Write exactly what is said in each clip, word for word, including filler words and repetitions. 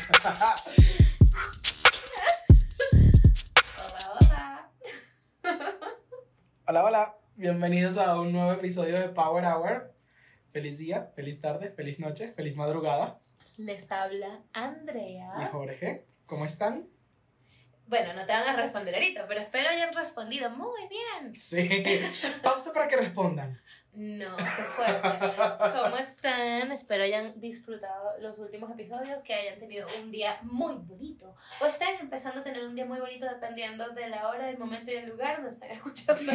Hola, hola. Hola, hola. Bienvenidos a un nuevo episodio de Power Hour. Feliz día, feliz tarde, feliz noche, feliz madrugada. Les habla Y Andrea. Jorge, ¿cómo están? Bueno, no te van a responder ahorita, pero espero hayan respondido muy bien. Sí. Pausa para que respondan. No, qué fuerte. ¿Cómo están? Espero hayan disfrutado los últimos episodios, que hayan tenido un día muy bonito. O estén empezando a tener un día muy bonito dependiendo de la hora, el momento y el lugar donde están escuchando.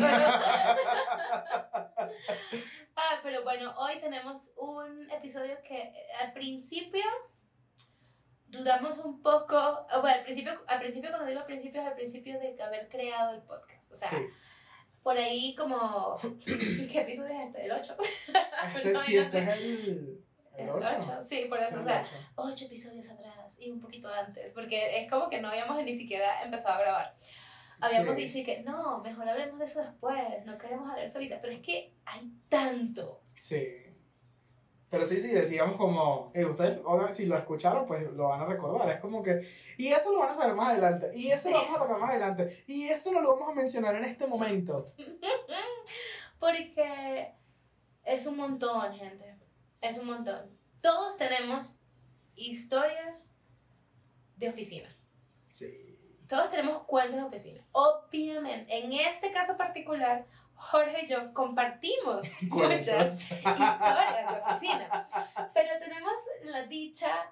Ah, pero bueno, hoy tenemos un episodio que eh, al principio dudamos un poco. Bueno, al principio, al principio cuando digo al principio, es al principio de haber creado el podcast. O sea, Sí. por ahí como... ¿Qué episodio es este? ¿El ocho? Este No, sí, yo este sé. es el... El ¿El ocho? ocho, sí, por eso, El o sea, ocho. ocho episodios atrás y un poquito antes, porque es como que no habíamos ni siquiera empezado a grabar. Habíamos Sí. dicho y que no, mejor hablemos de eso después, no queremos hablar solita, pero es que hay tanto. Sí. Pero sí, sí, decíamos como, eh, ustedes, ahora si lo escucharon, pues lo van a recordar. Es como que, y eso lo van a saber más adelante, y eso lo vamos a tocar más adelante, y eso no lo vamos a mencionar en este momento. Porque es un montón, gente, es un montón. Todos tenemos historias de oficina. Sí. Todos tenemos cuentos de oficina. Obviamente, en este caso particular, Jorge y yo compartimos Cuentos. muchas historias de oficina. Pero tenemos la dicha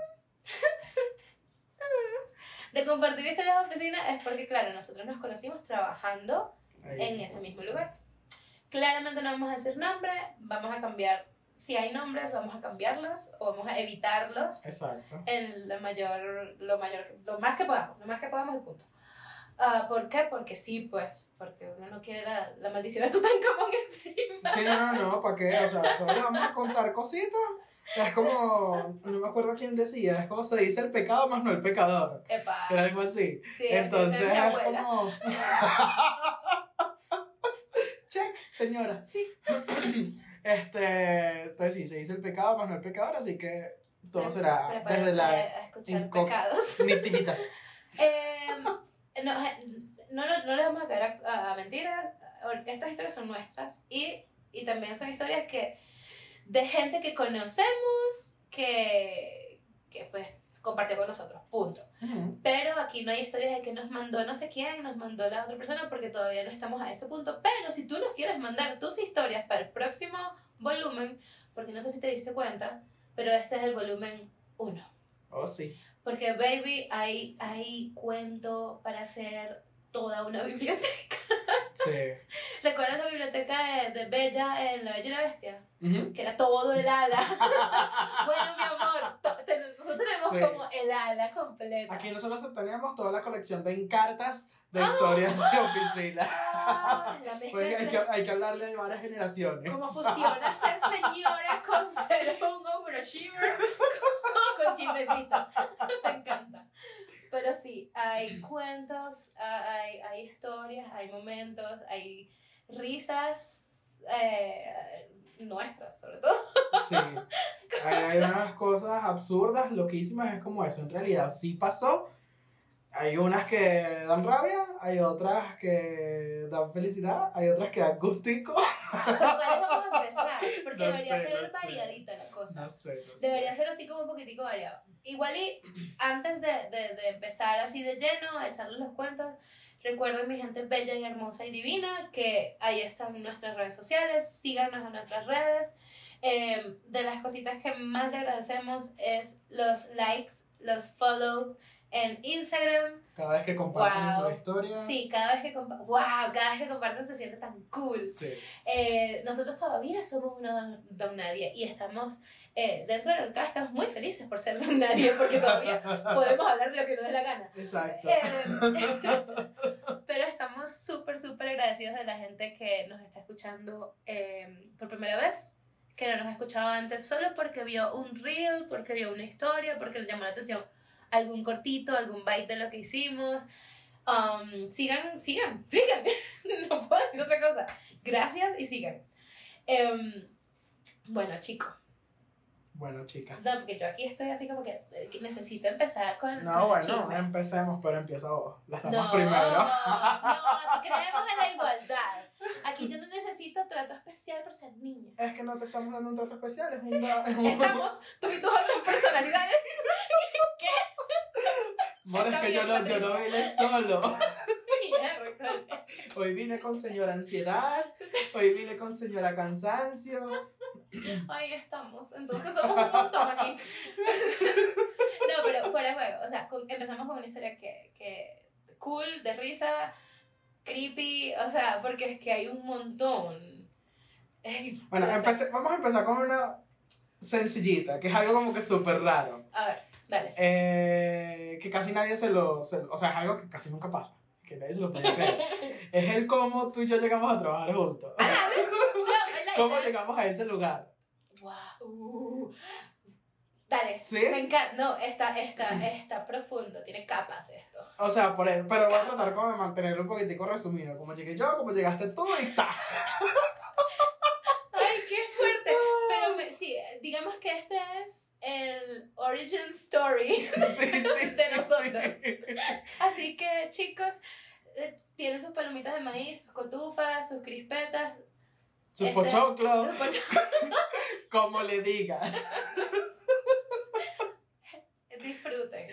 de compartir historias de oficina es porque, claro, nosotros nos conocimos trabajando Ahí. en ese mismo lugar. Claramente no vamos a decir nombre, vamos a cambiar, si hay nombres, vamos a cambiarlos o vamos a evitarlos. Exacto. En la mayor, lo mayor, lo más que podamos, lo más que podamos y punto. Uh, ¿Por qué? Porque sí, pues, porque uno no quiere la, la maldición de Tutankamón encima. Sí, no, no, no, ¿para qué? O sea, solo les vamos a contar cositas. Es como, no me acuerdo quién decía, es como se dice el pecado más no el pecador. Epa. Era algo así. Sí, Entonces así es mi es abuela. como... Check, señora. Sí. Este, entonces sí, se dice el pecado más no el pecador, así que todo será Prepárense desde la a escuchar inco- pecados. intimidad. Eh, no, no, no, no les vamos a caer a, a mentiras. Estas historias son nuestras y, y también son historias que de gente que conocemos que, que pues compartió con nosotros, punto. Ujú. Pero aquí no hay historias de que nos mandó no sé quién, nos mandó la otra persona, porque todavía no estamos a ese punto. Pero si tú nos quieres mandar tus historias para el próximo volumen, porque no sé si te diste cuenta, pero este es el volumen uno. Oh, sí. Porque, baby, hay, hay cuento para hacer toda una biblioteca. Sí. ¿Recuerdas la biblioteca de, de Bella en La Bella y la Bestia? Ujú. Que era todo el ala. Bueno, mi amor, to- te- nosotros tenemos Sí. como el ala completa. Aquí nosotros teníamos toda la colección de encartas de historias de oficina. Ah, la mezcla Pues hay, entre que, hay que hablarle de varias generaciones. cómo fusiona ser señora con ser un overachiever con, con chismecito. Me encanta. Pero sí, hay cuentos, hay, hay historias, hay momentos, hay risas eh, nuestras, sobre todo. Sí. Hay, hay unas cosas absurdas, loquísimas, es como eso. En realidad sí pasó. Hay unas que dan rabia, hay otras que dan felicidad, hay otras que dan gustico. ¿Por cuáles vamos a empezar? Porque No debería sé, ser no sé. variadita la cosa. No sé, no sé. Debería ser así como un poquitico variado. Igual y antes de, de, de empezar así de lleno a echarles los cuentos, recuerden mi gente bella y hermosa y divina que ahí están nuestras redes sociales, síganos en nuestras redes. Eh, de las cositas que más le agradecemos es los likes, los follows en Instagram. Cada vez que comparten Wow. sus historias. Sí, cada vez que comparten, wow, cada vez que comparten se siente tan cool. Sí. Eh, nosotros todavía somos una don, don nadie y estamos, eh, dentro de lo que cabe, estamos muy felices por ser don nadie porque todavía podemos hablar de lo que nos dé la gana. Exacto. Eh, pero estamos súper, súper agradecidos de la gente que nos está escuchando eh, por primera vez, que no nos ha escuchado antes solo porque vio un reel, porque vio una historia, porque le llamó la atención algún cortito, algún bite de lo que hicimos. Um, sigan, sigan, sigan. No puedo decir otra cosa. Gracias y sigan. Um, bueno, chicos. Bueno, chicas. No, porque yo aquí estoy así como que, eh, que necesito empezar con, No, con el bueno, chisme. empecemos, pero empieza vos. Las damas No, primero. no, aquí creemos en la igualdad. Aquí yo no necesito trato especial por ser niña. Es que no te estamos dando un trato especial, es un... da- es un... Estamos, tú y tus otras personalidades. Bueno, es que yo no, yo no vine solo. Mira, recuerda. Hoy vine con señora ansiedad, hoy vine con señora cansancio. Ahí estamos, entonces somos un montón aquí. No, pero fuera de juego, o sea, con- empezamos con una historia que, que cool, de risa, creepy, o sea, porque es que hay un montón. Ey, Bueno, o sea, empecé- vamos a empezar con una sencillita, que es algo como que súper raro. A ver, dale. Eh, que casi nadie se lo, se- O sea, es algo que casi nunca pasa, que nadie se lo puede creer. Es el cómo tú y yo llegamos a trabajar juntos. No, I like ¿Cómo that. llegamos a ese lugar? Wow. Uh. Dale. ¿Sí? Me encanta. No, está, está, está profundo, tiene capas esto. O sea, por eso, pero voy a Capas. tratar como de mantenerlo un poquitico resumido. Como llegué yo, como llegaste tú y ta. Ay, qué fuerte. Pero me- sí, digamos que este es el origin story Sí, sí, de sí, nosotros. sí. Así que, chicos, eh, tienen sus palomitas de maíz, sus cotufas, sus crispetas. Su Este- pochoclo, sus pocho- como le digas. Disfruten.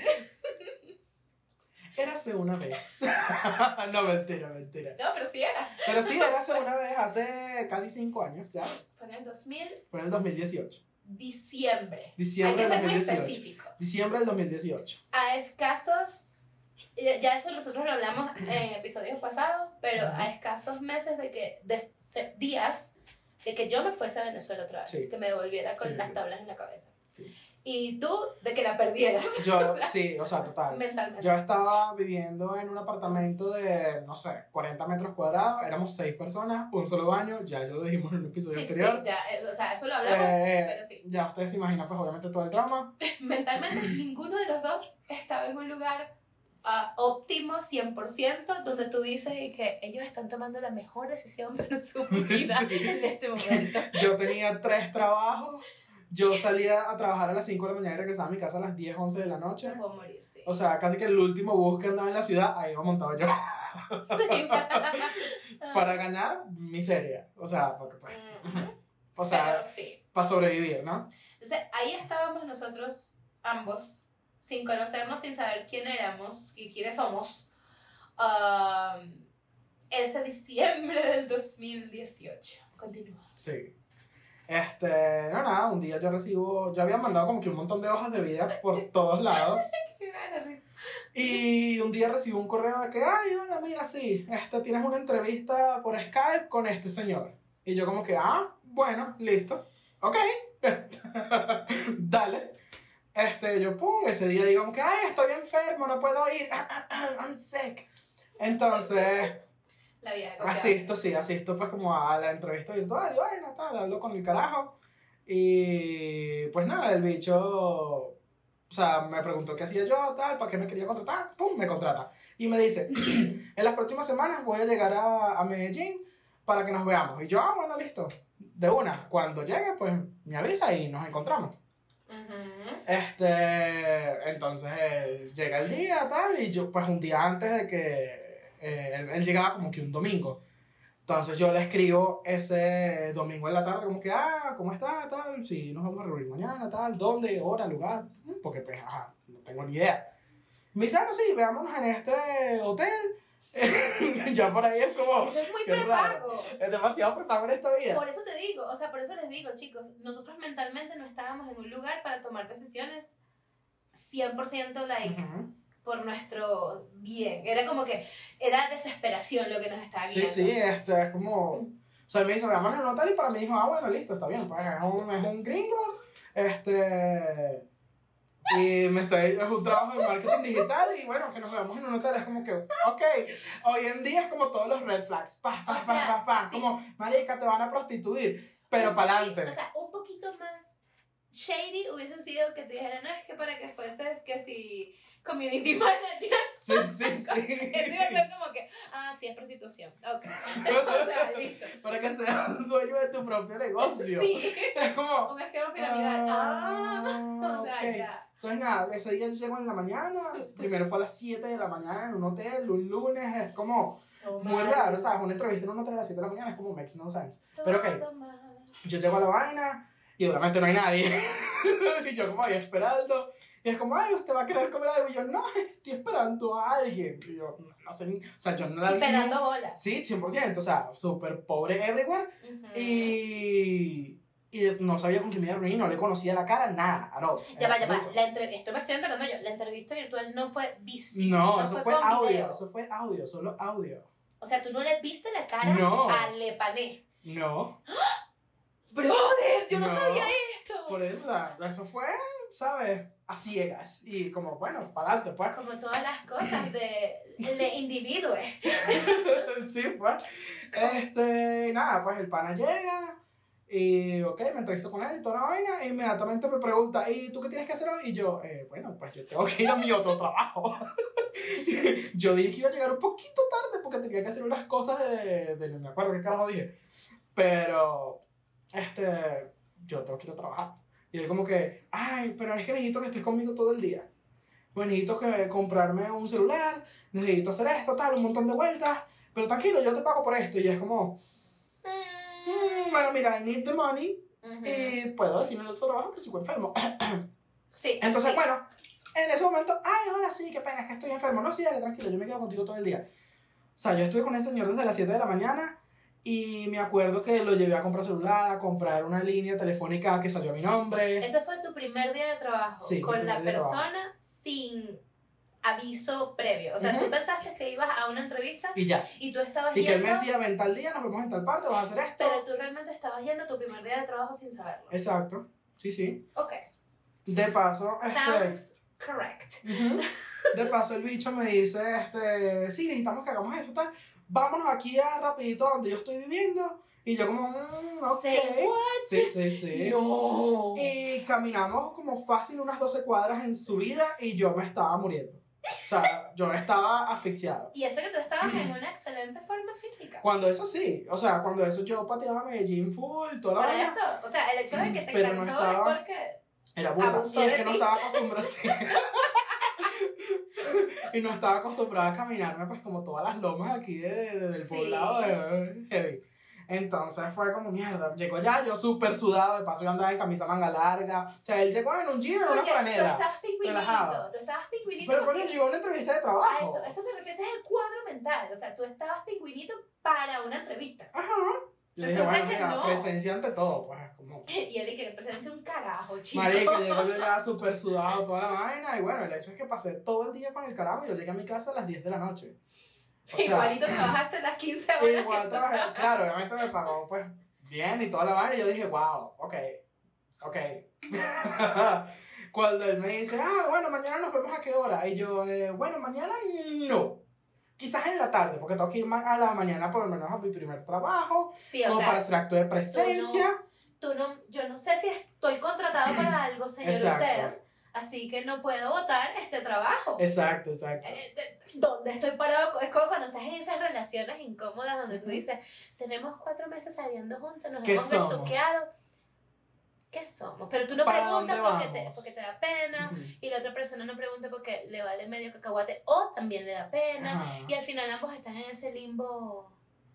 Érase una vez. No, mentira, mentira. No, pero sí era. Pero sí, érase una vez hace casi cinco años ya. Fue en el dos mil, Fue en el dos mil dieciocho. diciembre. Diciembre Hay que del ser muy dos mil dieciocho. específico. Diciembre del dos mil dieciocho. A escasos, ya ya eso nosotros lo hablamos en episodios pasados, pero Ujú. a escasos meses de que, de se- días de que yo me fuese a Venezuela otra vez, Sí. que me devolviera con Sí, sí, las sí. tablas en la cabeza. Sí. Y tú de que la perdieras Yo, sí, o sea, total. mentalmente. Yo estaba viviendo en un apartamento de, no sé, cuarenta metros cuadrados. Éramos seis personas, un solo baño. Ya lo dijimos en un episodio Sí, sí, anterior. ya, eh, o sea, eso lo hablamos, Eh, pero sí. Ya ustedes se imaginan, pues obviamente todo el drama. Mentalmente ninguno de los dos estaba en un lugar ah, óptimo, cien por ciento, donde tú dices y que ellos están tomando la mejor decisión para su vida Sí. en este momento. Yo tenía tres trabajos. Yo salía a trabajar a las cinco de la mañana y regresaba a mi casa a las diez, once de la noche. No puedo morir, sí. O sea, casi que el último bus que andaba en la ciudad, ahí iba montado yo. Para ganar miseria. O sea, porque, pues, Ujú. o sea, Pero sí. para sobrevivir, ¿no? Entonces, ahí estábamos nosotros ambos, sin conocernos, sin saber quién éramos y quiénes somos, um, ese diciembre del dos mil dieciocho. Continúa. Sí. Este, no, nada, un día yo recibo, yo había mandado como que un montón de hojas de vida por todos lados. Qué buena risa. Y un día recibo un correo de que, ay, hola, mira, sí, este, tienes una entrevista por Skype con este señor. Y yo como que, ah, bueno, listo, ok, dale. Este, yo, pum, ese día digo como que, ay, estoy enfermo, no puedo ir, I'm sick. Entonces, La vida de confianza. asisto, sí, asisto pues como a la entrevista virtual, y bueno, tal, hablo con el carajo. Y pues nada, el bicho, o sea, me preguntó qué hacía yo, tal, para qué me quería contratar, pum, me contrata. Y me dice, en las próximas semanas voy a llegar a, a Medellín para que nos veamos. Y yo, ah, bueno, listo, de una, cuando llegue, pues me avisa y nos encontramos. Ujú. Este, entonces eh, llega el día, tal, y yo, pues un día antes de que eh, él, él llegaba como que un domingo. Entonces yo le escribo ese domingo en la tarde, como que, ah, ¿cómo está? Tal, si nos vamos a reunir mañana, tal, ¿dónde? Hora, lugar, porque pues, ajá, no tengo ni idea. Me dice, ah, no, sí, veámonos en este hotel. Ya por ahí es como, Eso es muy qué raro. prepago. Es demasiado prepago en esta vida. Por eso te digo, o sea, por eso les digo, chicos, nosotros mentalmente no estábamos en un lugar para tomar decisiones cien por ciento like Ujú. por nuestro bien. Era como que era desesperación lo que nos estaba Sí, guiando. sí, este, es como... O sea, él me dice, veamos en un hotel y para mí dijo, ah, bueno, listo, está bien, pues es un, es un gringo, este... Y me estoy, es un trabajo de marketing digital y bueno, que nos veamos en un hotel, es como que, ok, hoy en día es como todos los red flags, pa, pa, O pa, sea, pa, pa, sí. como, marica, te van a prostituir, pero Un para poqui- adelante. O sea, un poquito más shady hubiese sido que te dijera, no, es que para que fueses que si community manager. Sí, sí, sí. Eso iba a ser como que, ah, sí, es prostitución. Ok. O sea, listo. Para que seas dueño de tu propio negocio. Sí. Es como... Un esquema piramidal. Ah, Ah, o sea, ok. ya. Entonces nada, ese día yo llego en la mañana, primero fue a las siete de la mañana en un hotel, un lunes, es como Todo muy mal. raro, ¿sabes? Una entrevista en un hotel a las siete de la mañana es como makes no sense. Pero ok, Todo mal. yo llego a la vaina y obviamente no hay nadie. Y yo como ahí esperando. Y es como, ay, ¿usted va a querer comer algo? Y yo, no, estoy esperando a alguien. Y yo, no, no sé, ni- o sea, yo no la vi. Esperando bolas. Sí, cien por ciento, o sea, súper pobre everywhere. Ujú. Y, y no sabía con quién me iba a reunir, no le conocía la cara, nada. No, Ya va, ya va. La entre... Esto me estoy enterando yo. La entrevista virtual no fue visible. No, no eso fue, fue con audio, video. eso fue audio, solo audio. O sea, tú no le viste la cara No. a Lepané. No, Brother, yo no, No. sabía esto. por eso, o sea, eso fue, ¿sabes? A ciegas. Y como, bueno, para adelante, pues. Como todas las cosas de, de individuos. Sí, pues. Este, nada, pues el pana llega y, ok, me entrevisto con él y toda la vaina. E inmediatamente me pregunta, ¿y tú qué tienes que hacer hoy? Y yo, eh, bueno, pues yo tengo que ir a mi otro trabajo. Yo dije que iba a llegar un poquito tarde porque tenía que hacer unas cosas de, de no me acuerdo qué carajo dije. Pero, este, yo tengo que ir a trabajar. Y él como que, ay, pero es que necesito que estés conmigo todo el día. Pues necesito que comprarme un celular, necesito hacer esto, tal, un montón de vueltas. Pero tranquilo, yo te pago por esto. Y es como, mm, bueno, mira, I need the money. Ujú. Y puedo decirme en el otro trabajo que sigo enfermo. Sí. Entonces, sí. bueno, en ese momento, ay, hola, sí, qué pena, es que estoy enfermo. No, sí, dale, tranquilo, yo me quedo contigo todo el día. O sea, yo estuve con ese señor desde las siete de la mañana y me acuerdo que lo llevé a comprar celular, a comprar una línea telefónica que salió a mi nombre. Ese fue tu primer día de trabajo Sí, mi con primer la día de persona sin aviso previo. O sea, Ujú. tú pensaste que ibas a una entrevista Y ya. y tú estabas Y que él yendo, me decía, ven tal día, nos vemos en tal parte, vas a hacer esto. pero tú realmente estabas yendo a tu primer día de trabajo sin saberlo. Exacto, sí, sí. Ok. De paso, este... Sounds correct. Ujú. De paso el bicho me dice, este, sí, necesitamos que hagamos eso, tal. Vámonos aquí a rapidito donde yo estoy viviendo. Y yo como, mmm, ok. Say what? Sí, sí, sí. No. Y caminamos como fácil unas doce cuadras en subida y yo me estaba muriendo. O sea, yo estaba asfixiado. Y eso que tú estabas en una excelente forma física. Cuando eso sí, o sea, cuando eso yo pateaba Medellín full, toda la Por vaina, eso, o sea, el hecho de que te Pero no cansó estaba- es porque era burda. abusó Y es de que no ti. estaba acostumbrado sí. Y no estaba acostumbrada a caminarme pues como todas las lomas aquí de, de- del Sí. poblado de heavy. Entonces fue como mierda, llegó ya yo súper sudado, de paso yo andaba en camisa manga larga, o sea, él llegó en un jean, en una Porque tú franela. estabas pingüinito, relajado. tú estabas pingüinito Pero porque porque llegó a una entrevista de a trabajo. eso, eso me refiero, ese es el cuadro mental, o sea, tú estabas pingüinito para una entrevista. Ajá. Yo dije, Resulta bueno, que mira, no. presencia ante todo, pues como... Y él y que presencia un carajo, chico. Marica, llegó yo ya súper sudado toda la vaina y bueno, el hecho es que pasé todo el día con el carajo y yo llegué a mi casa a las diez de la noche. O sea, Igualito trabajaste las quince horas igual que trabajé, claro, obviamente me pagó pues bien y toda la vaina y yo dije, wow, ok, ok. Cuando él me dice, ah, bueno, mañana nos vemos a qué hora. Y yo, eh, bueno, mañana no. Quizás en la tarde, porque tengo que ir ma- a la mañana por lo menos a mi primer trabajo, Sí, o como para sea, hacer acto de presencia. tú no, yo no sé si estoy contratado para algo, señor Exacto. usted, así que no puedo votar este trabajo. Exacto, exacto. Eh, eh, ¿Dónde estoy parado? Es como cuando estás en esas relaciones incómodas donde tú dices, tenemos cuatro meses saliendo juntos, nos ¿Qué hemos somos? besuqueado. ¿Qué somos? Pero tú no ¿Para preguntas dónde porque te, vamos? porque te da pena Ujú. y la otra persona no pregunta porque le vale medio cacahuate o también le da pena Ajá. y al final ambos están en ese limbo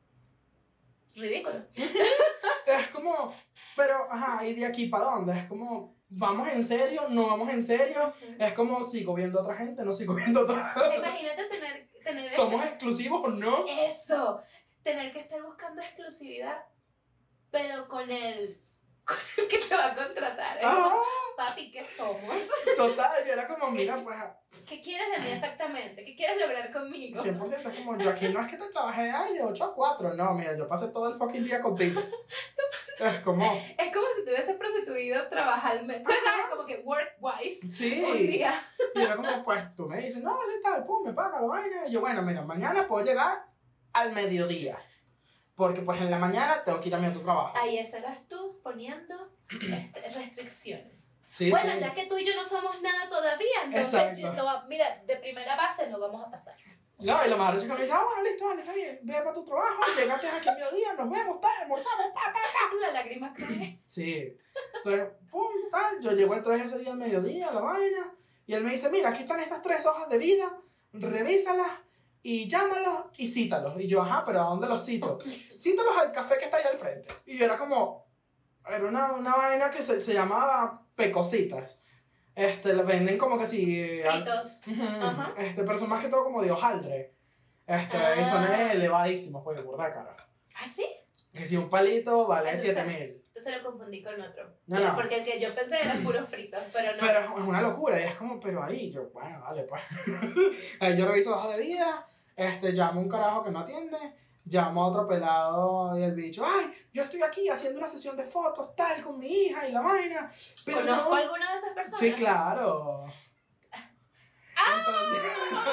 ridículo. Es como, pero, ajá, ¿y de aquí para dónde? Es como, ¿vamos en serio? ¿No vamos en serio? Es como, ¿sigo viendo a otra gente? ¿No sigo viendo a otra O sea, imagínate tener, tener ese- ¿Somos exclusivos o no? eso, tener que estar buscando exclusividad, pero con el, con el que te va a contratar. Es como, Ah, papi, ¿qué somos? total, yo era como, mira, pues, ¿Qué quieres de mí exactamente? ¿Qué quieres lograr conmigo? cien por ciento es como, yo aquí no es que te trabajé ay, de ocho a cuatro, no, mira, yo pasé todo el fucking día contigo. Es como, Es como si te hubieses prostituido trabajalmente. Tú sabes, como que work-wise. Un sí. día. Y era como, pues, tú me dices, no, sí, tal, pum, me paga la vaina. Y yo, bueno, mira, mañana puedo llegar al mediodía. porque pues en la mañana tengo que ir a mi otro trabajo. Ahí estarás tú poniendo este, restricciones. Sí, bueno, sí. ya que tú y yo no somos nada todavía, entonces, Exacto. yo- lo- mira, de primera base lo vamos a pasar. No, y lo más es que me dice, ah, bueno, listo, vale, está bien, ve para tu trabajo, llegaste aquí a mediodía, nos vemos, tal, almorzamos, pa, pa, pa. La lágrima cae. Sí. Entonces, pum, tal, yo llego el tres ese día al mediodía, la vaina, y él me dice, mira, aquí están estas tres hojas de vida, revísalas, y llámalos y cítalos. Y yo, ajá, pero ¿a dónde los cito? Cítalos al café que está ahí al frente. Y yo era como, era una, una vaina que se, se llamaba Pecositas. Este, le venden como que si... eh, Fritos. Ujú, Ajá. Este, pero son más que todo como de hojaldre. Este, y son Ah. elevadísimos, pues, burda de cara. ¿Ah, sí? Que si un palito vale Entonces- siete mil. Entonces lo confundí con otro. No, no. Porque el que yo pensé era puro fritos, pero no. Pero es es una locura, y es como, pero ahí, yo, bueno, dale, pues. Ahí yo reviso la hoja de vida, este, llamo a un carajo que no atiende, llamo a otro pelado y el bicho, ay, yo estoy aquí haciendo una sesión de fotos, tal, con mi hija y la vaina. Pero ¿Conozco yo- a alguna de esas personas? Sí, claro. Entonces,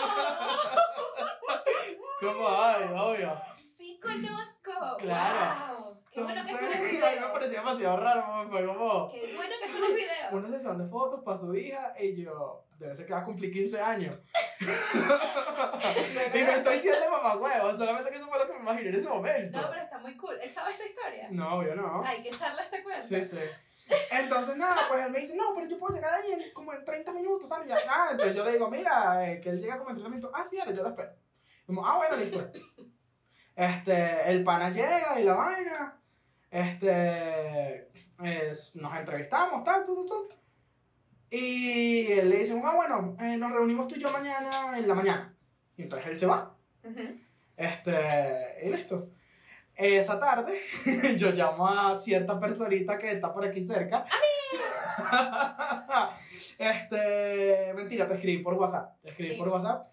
¿cómo ay, obvio? Sí, conozco. Claro. Wow. Qué bueno que Entonces, esto no es a mí me video. pareció demasiado raro, fue como Qué bueno que esto no es video. una sesión de fotos para su hija y yo, debe ser que va a cumplir quince años. Y no estoy siendo mamá huevo, solamente que eso fue lo que me imaginé en ese momento. No, pero está muy cool. ¿Él sabe esta historia? No, yo no. Hay que echarle este cuento. Sí, sí. Entonces, nada, pues él me dice, no, pero yo puedo llegar ahí en, como en treinta minutos, ¿sabes? Y ya, ah, entonces yo le digo, mira, eh, que él llega como en treinta minutos. Ah, sí, dale, yo lo espero. Como, ah, bueno, listo. Este, el pana llega y la vaina. Este, es- nos entrevistamos, tal, tú, tú, tú. Y él le dice, ah, bueno, eh, nos reunimos tú y yo mañana en la mañana. Y entonces él se va. Ujú. Este, y listo. Esa tarde, yo llamo a cierta personita que está por aquí cerca. Este, mentira, te escribí por WhatsApp. Te escribí Sí. por WhatsApp.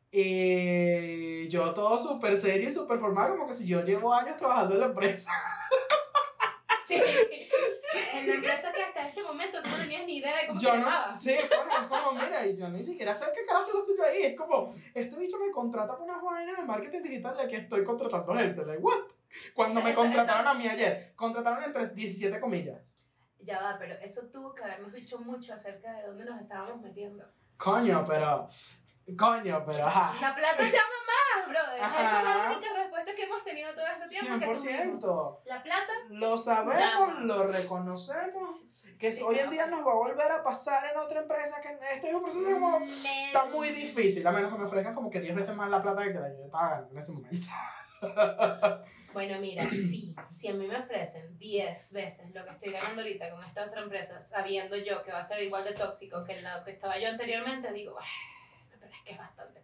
Y yo todo súper serio y súper formal, como que si yo llevo años trabajando en la empresa. Sí. En la empresa que hasta ese momento tú no tenías ni idea de cómo Yo se no, llamaba. sí, pues, es como, mira, y yo ni siquiera sé qué carajo lo sé yo ahí. Es como, este bicho me contrata por unas vainas de marketing digital y aquí estoy contratando gente. Like, what? Cuando Eso- me eso- contrataron eso- a mí ayer, contrataron entre diecisiete comillas. Ya va, pero eso tuvo que habernos dicho mucho acerca de dónde nos estábamos metiendo. Coño, pero, coño, pero, ajá. La plata llama más, brother. Ajá. Esa es la única respuesta que hemos tenido todo este tiempo. cien que por tuvimos. ciento. La plata. Lo sabemos, Llama. lo reconocemos. Que Sí, hoy en no. día nos va a volver a pasar en otra empresa. Que este mismo proceso como, está muy difícil. A menos que me ofrezcan como que diez veces más la plata que la yo estaba ganando en ese momento. Bueno, mira, sí, si a mí me ofrecen diez veces lo que estoy ganando ahorita con esta otra empresa, sabiendo yo que va a ser igual de tóxico que lo que estaba yo anteriormente, digo, bueno, pero es que es bastante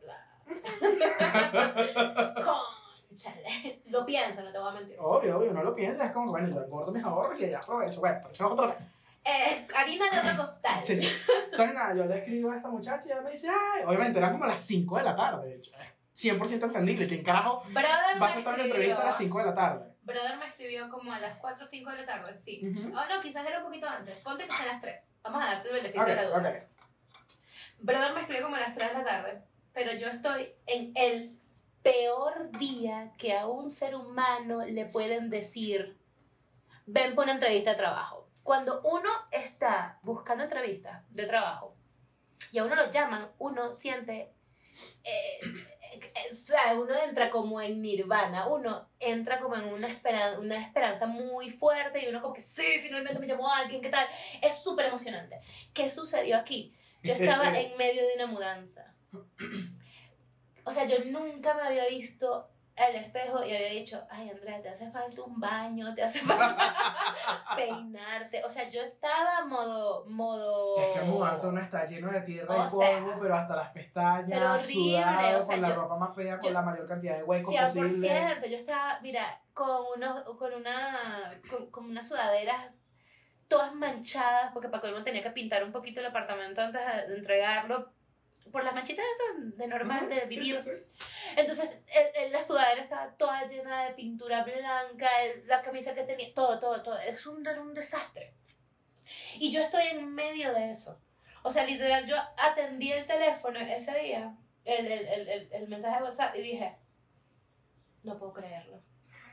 plata. Cónchale. Lo pienso, no te voy a mentir. Obvio, obvio, no lo piensas. Es como que, bueno, yo engordo mis ahorros y ya aprovecho. Bueno, pero eso es otro tema. Eh, harina de otro costal. Sí, sí. Entonces, nada, yo le escribo a esta muchacha y ella me dice, ay, obviamente eran como las cinco de la tarde. De hecho, es cien por ciento entendible. ¿Quién carajo Brother va a me aceptar una escribió, entrevista a las cinco de la tarde? Brother me escribió como a las cuatro o cinco de la tarde, sí. Ujú. Oh, no, quizás era un poquito antes. Ponte que son las tres. Vamos a darte el beneficio Ok, de la duda. ok. Brother me escribió como a las tres de la tarde, pero yo estoy en el peor día que a un ser humano le pueden decir, ven por una entrevista de trabajo. Cuando uno está buscando entrevistas de trabajo y a uno lo llaman, uno siente, eh, eh, o sea, uno entra como en nirvana, uno entra como en una, esperan- una esperanza muy fuerte y uno como que sí, finalmente me llamó alguien, ¿qué tal? Es súper emocionante. ¿Qué sucedió aquí? Yo estaba en medio de una mudanza. O sea, yo nunca me había visto al espejo y había dicho, ay, Andrea, te hace falta un baño, te hace falta peinarte. O sea, yo estaba modo, modo... Es que mudarse uno está lleno de tierra O y sea, polvo, pero hasta las pestañas, pero horrible, sudado, o sea, con la yo- ropa más fea, con yo- la mayor cantidad de huecos cien por posible. ciento, yo estaba, mira, con, unos, con, una, con, con unas sudaderas todas manchadas, porque para colmo tenía que pintar un poquito el apartamento antes de, de entregarlo, por las manchitas esas de normal, de Sí, vivir. sí, sí. Entonces, el, el- la sudadera estaba toda llena de pintura blanca, el- la camisa que tenía, todo, todo, todo. Es un, era un desastre. Y yo estoy en medio de eso. O sea, literal, yo atendí el teléfono ese día, el, el, el, el, el mensaje de WhatsApp, y dije, no puedo creerlo.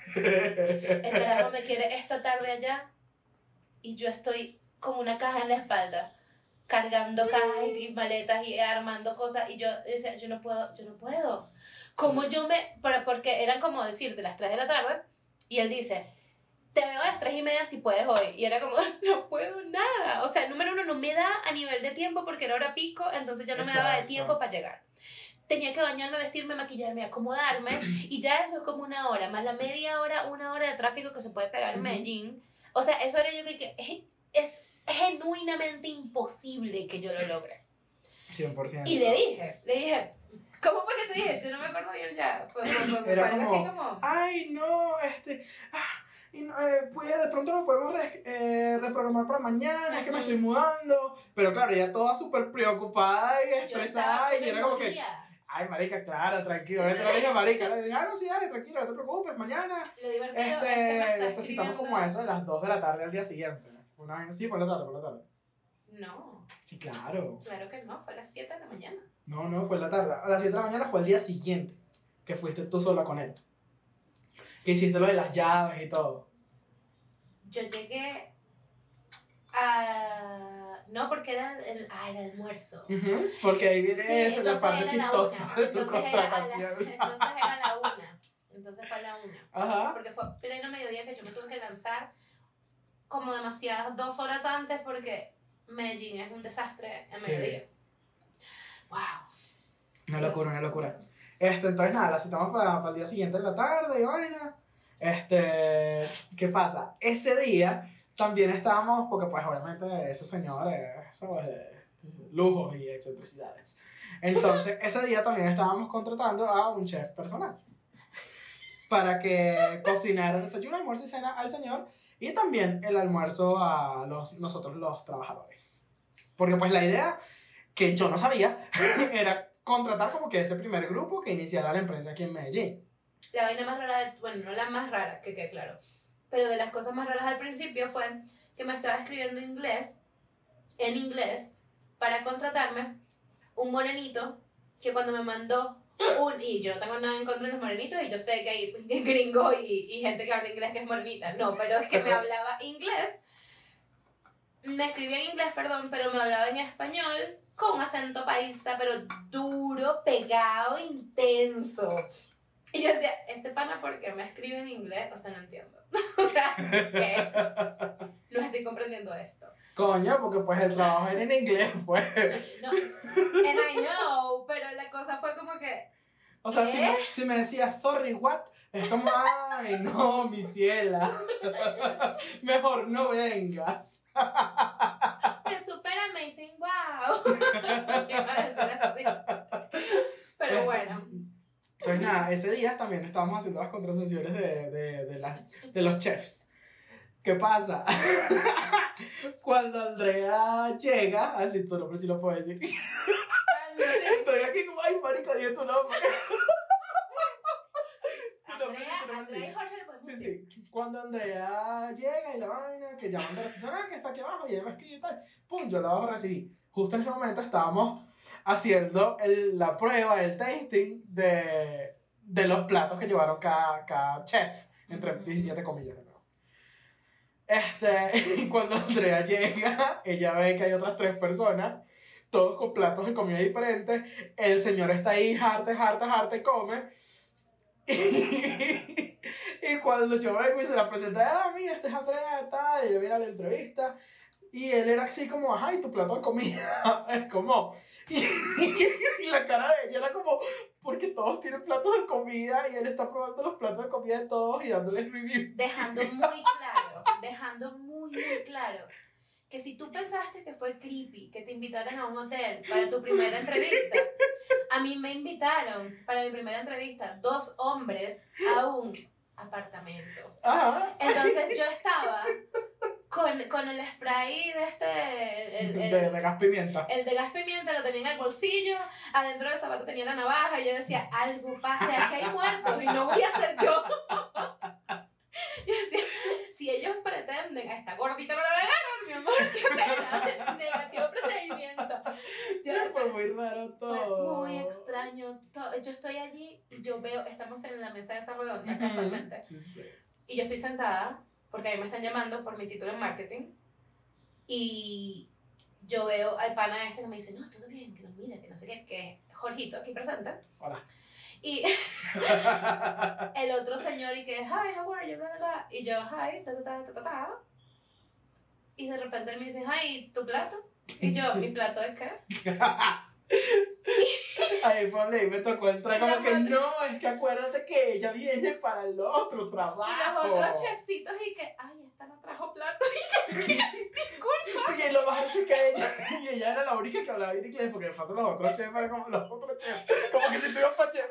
El carajo me quiere esta tarde allá y yo estoy con una caja en la espalda, cargando cajas y, y maletas y armando cosas, y yo decía, yo no puedo, yo no puedo. Como yo me, pero porque eran como decirte las tres de la tarde, y él dice, te veo a las tres y media si puedes hoy, y era como, no puedo nada, o sea, número uno, no me da a nivel de tiempo porque era hora pico, entonces ya no me daba de tiempo para llegar. Tenía que bañarme, vestirme, maquillarme, acomodarme, y ya eso es como una hora, más la media hora, una hora de tráfico que se puede pegar en Medellín. O sea, eso era yo que, que es, es genuinamente imposible que yo lo logre. cien por ciento. Y le dije, le dije, ¿cómo fue que te dije? Yo no me acuerdo bien ya. Fue, fue, fue, Era fue algo como, así como... ay, no, este... Ah, y no, eh, pues de pronto lo podemos re, eh, reprogramar para mañana, uh-huh. Es que me estoy mudando. Pero claro, ella toda súper preocupada y estresada. Y era como que... Ay, marica, claro, tranquilo. Yo te lo dije, marica. Le dije, ah, no, sí, dale, tranquilo, no te preocupes, mañana. Lo divertido este, es que me está te citamos como a eso de las dos de la tarde al día siguiente. Una vaina así, por la tarde, por la tarde. No. Sí, claro. Claro que no, fue a las siete de la mañana. No, no, fue en la tarde. A las siete de la mañana fue el día siguiente que fuiste tú sola con él. Que hiciste lo de las llaves y todo. Yo llegué a... No, porque era el, ah, era el almuerzo. Uh-huh, porque ahí viene sí, eso, la parte chistosa de tu entonces contratación. Era la, entonces era a la una. Entonces fue a la una. Ajá. Porque fue pleno mediodía que yo me tuve que lanzar como demasiadas dos horas antes porque Medellín es un desastre en mediodía. Sí. Wow. Una locura, una locura. Este, entonces nada, la citamos para, para el día siguiente en la tarde y vaina. Este, ¿qué pasa? Ese día también estábamos, porque pues obviamente esos señores, ¿sabes? Lujos y excentricidades. Entonces, ese día también estábamos contratando a un chef personal para que cocinara desayuno, almuerzo y cena al señor y también el almuerzo a los, nosotros los trabajadores. Porque pues la idea, que yo no sabía, era contratar como que ese primer grupo que iniciara la empresa aquí en Medellín. La vaina más rara, de, bueno, no la más rara, que quede claro, pero de las cosas más raras al principio fue que me estaba escribiendo inglés, en inglés, para contratarme un morenito que cuando me mandó un... Y yo no tengo nada en contra de los morenitos y yo sé que hay gringos y, y gente que habla inglés que es morenita. No, pero es que me hablaba inglés. Me escribía en inglés, perdón, pero me hablaba en español con acento paisa, pero duro, pegado, intenso. Y yo decía, este pana, ¿por qué me escribe en inglés? O sea, no entiendo. O sea, ¿qué? No estoy comprendiendo esto. Coño, porque pues el trabajo era en inglés, pues. No, and I know, pero la cosa fue como que... O sea, si me, si me decías, sorry, what? Es como, ay, no, mi ciela. Mejor no vengas. Es super amazing, wow. Me parece así. Pero bueno. Entonces nada, ese día también estábamos haciendo las contrataciones de, de, de, la, de los chefs. ¿Qué pasa? Cuando Andrea llega, así tu nombre sí lo puedo decir. No sé. Estoy aquí como, ay, marica, dije tu nombre. Andrea, Andrea y Jorge le podemos Sí, decir. sí. Cuando Andrea llega y la vaina, que llaman de recepción, ah, que está aquí abajo, y ella me escribe y tal, pum, yo la bajo a recibir. Justo en ese momento estábamos haciendo el, la prueba, el tasting de, de los platos que llevaron cada, cada chef, entre uh-huh. diecisiete comillas de nuevo. Este, y cuando Andrea llega, ella ve que hay otras tres personas, todos con platos de comida diferentes, el señor está ahí, jarte, jarte, jarte, come, y, y cuando yo vengo y se la presenté, ah, mira, este es Andrea, tal, y yo mira la entrevista, y él era así como, ajá, y tu plato de comida, es como, y, y la cara de ella era como, porque todos tienen platos de comida y él está probando los platos de comida de todos y dándoles review. Dejando muy claro, dejando muy, muy claro, que si tú pensaste que fue creepy que te invitaran a un hotel para tu primera entrevista, a mí me invitaron para mi primera entrevista dos hombres a un apartamento. Ajá. Entonces yo estaba con, con el spray de este... El, el, de, de gas pimienta. El de gas pimienta lo tenía en el bolsillo, adentro del zapato tenía la navaja y yo decía, algo pase, aquí hay muertos y no voy a ser yo. Yo decía, si ellos pretenden a esta gordita me la regalan, mi amor, qué pena, negativo procedimiento. Yo Fue muy raro todo. Fue muy extraño todo. yo estoy allí y yo veo, estamos en la mesa de esa redonda, Ujú. casualmente, Sí, sí. y yo estoy sentada, porque a mí me están llamando por mi título en marketing, y yo veo al pana este que me dice, no, todo bien, que no mira, que no sé qué, que es Jorgito aquí presente, Hola. y el otro señor y que, hi, how are you, bla, bla, bla, y yo, hi, ta, ta, ta, ta, ta, ta, y de repente él me dice, hi, ¿tu plato? Y yo, ¿mi plato es qué? Ahí fue donde me tocó entrar Y como la que foto- no, es que acuérdate que ella viene para el otro trabajo. Y los otros chefcitos y que, ay, esta no trajo plato, y yo, ¿qué? Disculpa. Y lo más hecho que ella, y ella era la única que hablaba bien inglés, porque de paso los otros chefs eran como los otros chefs, como que si tú ibas para chef.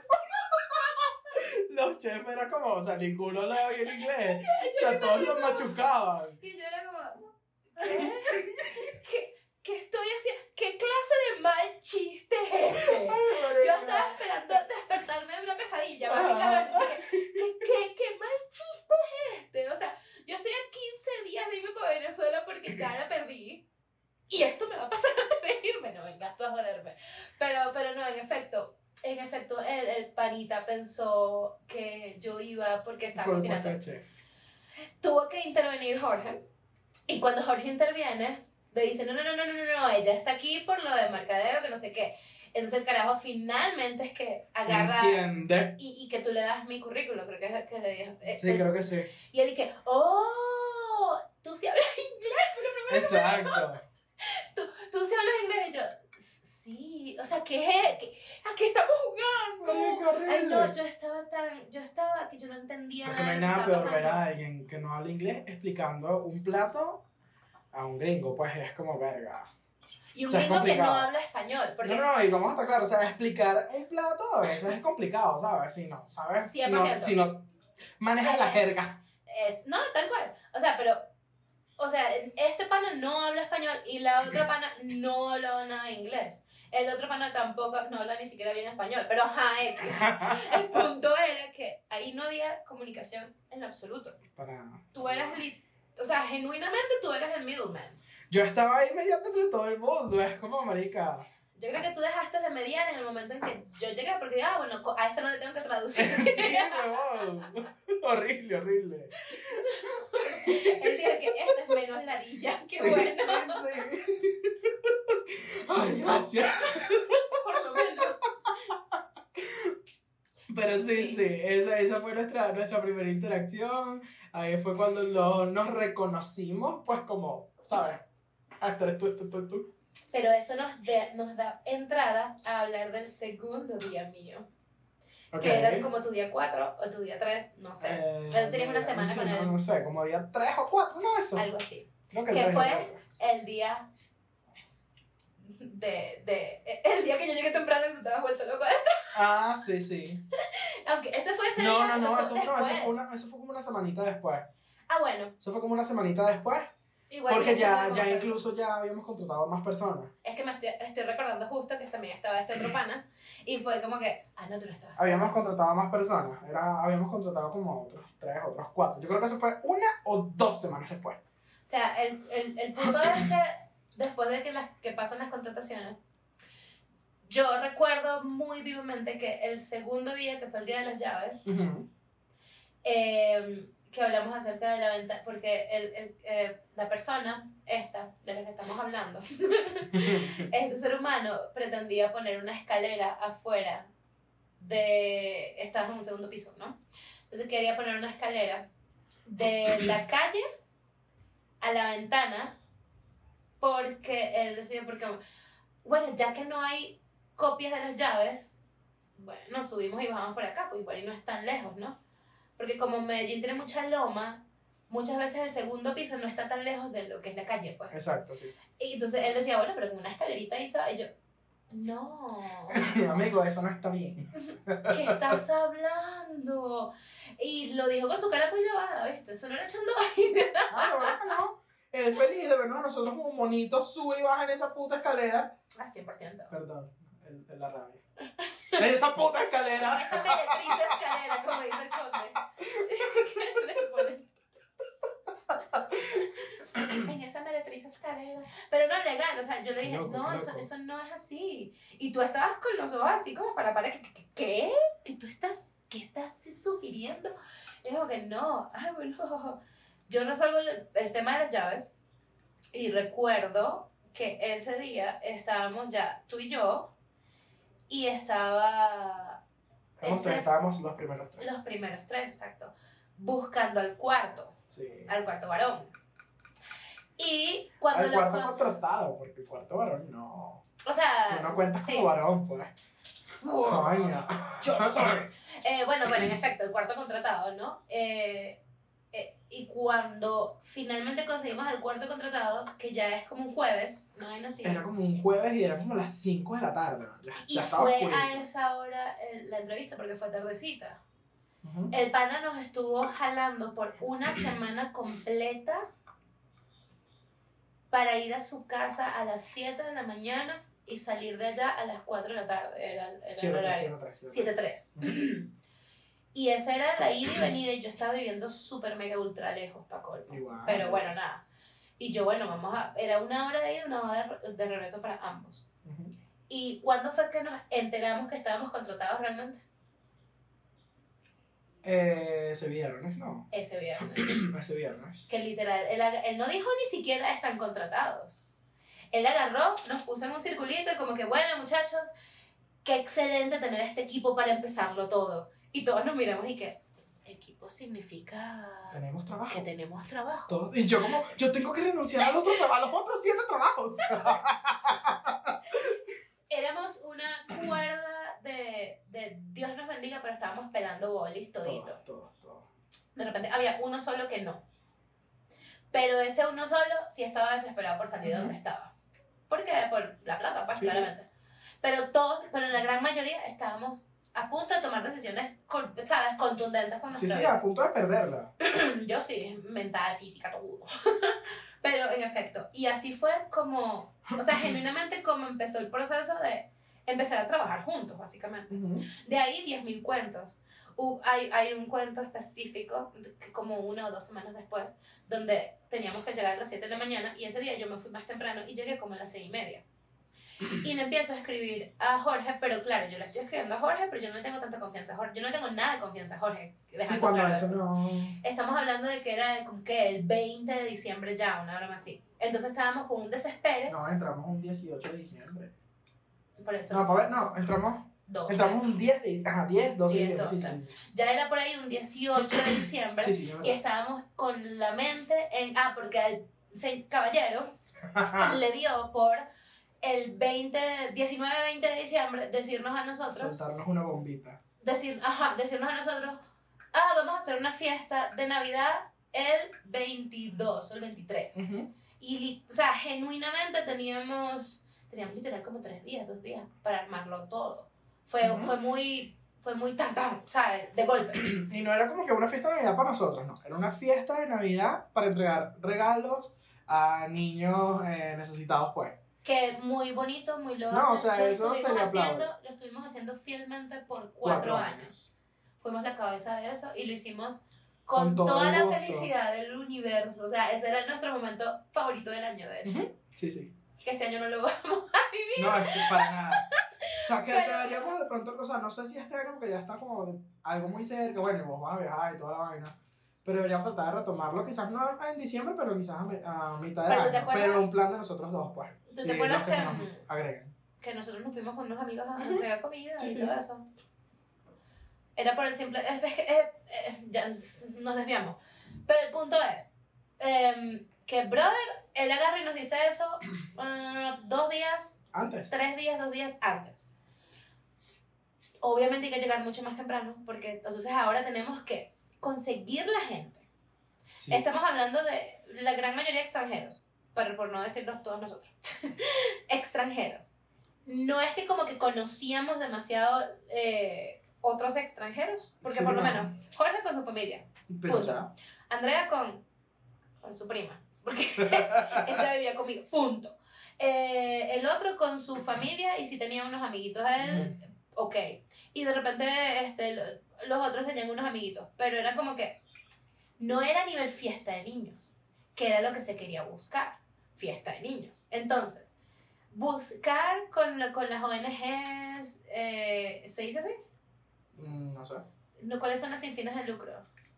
Los chefs eran como, o sea, ninguno hablaba bien inglés, o sea, todos los machucaban. Y yo era como, ¿qué? ¿Qué, qué estoy haciendo? ¿Qué clase de mal chiste es este? Yo estaba esperando despertarme de una pesadilla, básicamente. ¿Qué, qué, qué mal chiste es este? O sea, yo estoy a quince días de irme para Venezuela porque ya la perdí. Y esto me va a pasar antes de irme. No, venga, tú a joderme. Pero, pero no, en efecto, en efecto, el, el panita pensó que yo iba porque estaba Por cocinando. puesto de chef. Tuvo que intervenir Jorge. Y cuando Jorge interviene, le dice, no, no, no, no, no, no, no, ella está aquí por lo de mercadeo, que no sé qué. Entonces el carajo finalmente es que agarra ¿Entiende? y, y que tú le das mi currículum, creo que es que le dijo. eh, Sí, eh, creo que sí. Y él y que, oh, tú sí hablas inglés, fue lo primero. Exacto. Tú, tú sí hablas inglés. Y yo, sí, o sea, ¿qué es? ¿Qué, ¿A qué estamos jugando? Ay, qué horrible. Ay, no, yo estaba tan, yo estaba que yo no entendía Porque nada. no hay de lo que nada estaba peor ver a pasando. alguien que no habla inglés explicando un plato a un gringo, pues es como verga. Y un O sea, es gringo que no complicado. habla español, porque No, no, y vamos a estar claros, o sea, explicar un plato a veces es complicado, ¿sabes? Si no, ¿sabes? cien por ciento. No, si no manejas la jerga. es, no, tal cual. O sea, pero, o sea, este pana no habla español y la otra pana no hablaba nada de inglés. El otro pana tampoco, no habla ni siquiera bien español, pero ajá, X. El punto era que ahí no había comunicación en absoluto. Para... Tú eras, li- o sea, genuinamente tú eras el middleman. Yo estaba ahí mediando entre todo el mundo, es como marica. Yo creo que tú dejaste de mediar en el momento en que yo llegué, porque ah, bueno, co- a esta no le tengo que traducir. Sí, huevón. Horrible, horrible. Él dijo que esta es menos ladilla, qué Sí, bueno. sí, sí. Ay, gracias. Por lo menos. Pero sí, sí, esa, esa fue nuestra, nuestra primera interacción. Ahí fue cuando lo- nos reconocimos, pues como, ¿sabes? Hasta eres tú, tú, tú, tú. Pero eso nos, de- nos da entrada a hablar del segundo día mío. Ok. Que era como tu día cuatro o tu día tres, no sé. Eh, Pero tú tenías una semana sí, con no, él. no sé, como día tres o cuatro, no eso. Algo así. Creo que ¿Qué tres o fue? cuatro. El día de, de... El día que yo llegué temprano y tú estabas vuelto loco. Ah, sí, sí. Aunque ese fue ese No, día. no, no, fue eso, no, eso, después. fue una, eso fue como una semanita después. Ah, bueno. Eso fue como una semanita después. Igual Porque sigue siendo ya, ya hermoso. incluso ya habíamos contratado a más personas. Es que me estoy, estoy recordando justo que también estaba este otro pana. Y fue como que, ah, no, tú no estabas. Habíamos contratado a más personas. Era, habíamos contratado como otros tres, otros cuatro. Yo creo que eso fue una o dos semanas después. O sea, el, el, el punto es que después de que, las, que pasan las contrataciones, yo recuerdo muy vivamente que el segundo día, que fue el día de las llaves, Ujú. eh, que hablamos acerca de la venta, porque el, el, eh, la persona, esta, de la que estamos hablando, este ser humano pretendía poner una escalera afuera de... Estabas en un segundo piso, ¿no? Entonces quería poner una escalera de la calle a la ventana porque él decía, porque, bueno, ya que no hay copias de las llaves, bueno, subimos y bajamos por acá, pues igual y no es tan lejos, ¿no? Porque como Medellín tiene mucha loma, muchas veces el segundo piso no está tan lejos de lo que es la calle, pues. Exacto, sí. Y entonces él decía, bueno, pero con una escalerita y, y yo, no, Amigo, eso no está bien. ¿qué estás hablando? Y lo dijo con su cara muy lavada, ¿viste? Eso no era echando vaina. Ah, de verdad que no. Él feliz de vernos a nosotros como monitos, sube y baja en esa puta escalera. A cien por ciento. Perdón, el, el la rabia. En esa puta escalera. Esa meretriz escalera, como dice el conde. ¿Qué le ponen? en esa meretriz escalera. Pero no legal, o sea, yo le dije, Loco, no, qué eso, loco. eso no es así. Y tú estabas con los ojos así como para para, ¿qué? ¿Qué? ¿Qué? ¿Que tú estás, qué estás sugiriendo? Y digo que no, ah, bueno. Yo resuelvo el, el tema de las llaves y recuerdo que ese día estábamos ya tú y yo y estaba Éramos tres, ese- estábamos los primeros tres. los primeros tres, exacto, buscando al cuarto, Sí. al cuarto varón. Y cuando Al lo cuarto con- contratado, porque el cuarto varón no. o sea, Tú no cuentas sí. como varón, pues. Coño. Yo soy. Eh, bueno, bueno, en efecto, el cuarto contratado, ¿no? Eh, eh, y cuando finalmente conseguimos al cuarto contratado, que ya es como un jueves, no hay así. Era como un jueves y era como las cinco de la tarde. Ya, Y ya estaba fue oscurito. a esa hora el- la entrevista porque fue tardecita. Ujú. El pana nos estuvo jalando por una semana completa para ir a su casa a las siete de la mañana y salir de allá a las cuatro de la tarde. Era, el- era el Siete, tres, horario. siete, tres, siete, siete tres. Ujú. Y esa era la ida y venida y yo estaba viviendo súper mega ultra lejos, pa' colmo. Igual. Pero bueno, nada. Y yo, bueno, vamos a... Era una hora de ida y una hora de, re- de regreso para ambos. Ujú. ¿Y cuándo fue que nos enteramos que estábamos contratados realmente? Eh, ese viernes, no. Ese viernes. Ese viernes. Que literal, él, ag- él no dijo ni siquiera están contratados. Él agarró, nos puso en un circulito y como que, bueno, muchachos, qué excelente tener este equipo para empezarlo todo. Y todos nos miramos y que, equipo significa Tenemos trabajo. que tenemos trabajo. Todos- y yo como, yo tengo que renunciar a los, otros tra- a los otros siete trabajos. Éramos una cuerda de, de Dios nos bendiga, pero estábamos pelando bolis todito. Todos, todos, todos. De repente había uno solo que no. Pero ese uno solo sí estaba desesperado por salir de donde estaba. ¿Por qué? Por la plata, pues, Sí, sí. claramente. Pero todos, pero la gran mayoría estábamos a punto de tomar decisiones, con- ¿sabes? Contundentes con Sí, nuestra sí, vida. a punto de perderla. Yo sí, mental, física, todo. Pero en efecto, y así fue como, o sea, genuinamente como empezó el proceso de empezar a trabajar juntos, básicamente. Ujú. De ahí diez mil cuentos. Uh, hay, hay un cuento específico, que como una o dos semanas después, donde teníamos que llegar a las siete de la mañana y ese día yo me fui más temprano y llegué como a las seis y media. Y le empiezo a escribir a Jorge, pero claro, yo le estoy escribiendo a Jorge, pero yo no le tengo tanta confianza a Jorge. Yo no le tengo nada de confianza a Jorge. Sí, dejando cuando claro eso eso. no. Estamos hablando de que era como que el veinte de diciembre ya, una broma así. Entonces estábamos con un desespero, No, entramos un dieciocho de diciembre. por eso, No, para ver, no, entramos. doce. Entramos un diez de. Ajá, diez, doce de diez, diciembre. Sí, sí, Ya era por ahí un dieciocho de diciembre. sí. Sí, sí, yo Y estábamos con la mente en... Ah, porque al se- caballero le dio por el veinte, diecinueve veinte de diciembre decirnos a nosotros, Soltarnos una bombita. decir, ajá, decirnos a nosotros, ah, vamos a hacer una fiesta de Navidad el veintidós o el veintitrés. Ujú. Y, li- o sea, genuinamente teníamos, teníamos literal como tres días, dos días para armarlo todo. Fue, Ujú. fue muy, fue muy tan tan, ¿sabes? De golpe. Y no era como que una fiesta de Navidad para nosotros, no. Era una fiesta de Navidad para entregar regalos a niños eh, necesitados, pues. Que muy bonito, muy loable. No, o sea, Lo eso se estuvimos le aplaude. haciendo, Lo estuvimos haciendo fielmente por cuatro, años. Fuimos la cabeza de eso y lo hicimos con, Con todo toda el la gusto. felicidad del universo. O sea, ese era nuestro momento favorito del año, de hecho. Ujú. Sí, sí. Que este año no lo vamos a vivir. No, es que para nada. O sea, que Pero- deberíamos de pronto, o sea, no sé si este año porque ya está como de- algo muy cerca, bueno, y vos vas a viajar y toda la vaina. Pero deberíamos tratar de retomarlo, quizás no en diciembre, pero quizás a, mi- a mitad de Pero ¿tú te año. acuerdas? Pero un plan de nosotros dos, pues. ¿Tú Y te acuerdas los que, que, se nos mm, agreguen. que nosotros nos fuimos con unos amigos a Ujú. entregar comida Sí, y sí. todo eso? Era por el simple... es- es- es- es- ya nos desviamos. Pero el punto es em, que, brother, él agarra y nos dice eso ah, dos días, Antes. tres días, dos días antes. Obviamente hay que llegar mucho más temprano porque entonces ahora tenemos que conseguir la gente. Sí. Estamos hablando de la gran mayoría de extranjeros, pero por no decirlos todos nosotros. Extranjeros. No es que como que conocíamos demasiado eh, otros extranjeros, porque Sí, por lo no. menos Jorge con su familia, Pero punto. ya. Andrea con, con su prima, porque ella vivía conmigo, punto. Eh, el otro con su familia y si tenía unos amiguitos a él, ok. Y de repente este, lo- los otros tenían unos amiguitos, pero era como que no era a nivel fiesta de niños, que era lo que se quería buscar, fiesta de niños. Entonces, buscar con, la, con las O N Ges, eh, ¿se dice así? Mm, no sé. No, ¿cuáles son las sin fines de lucro?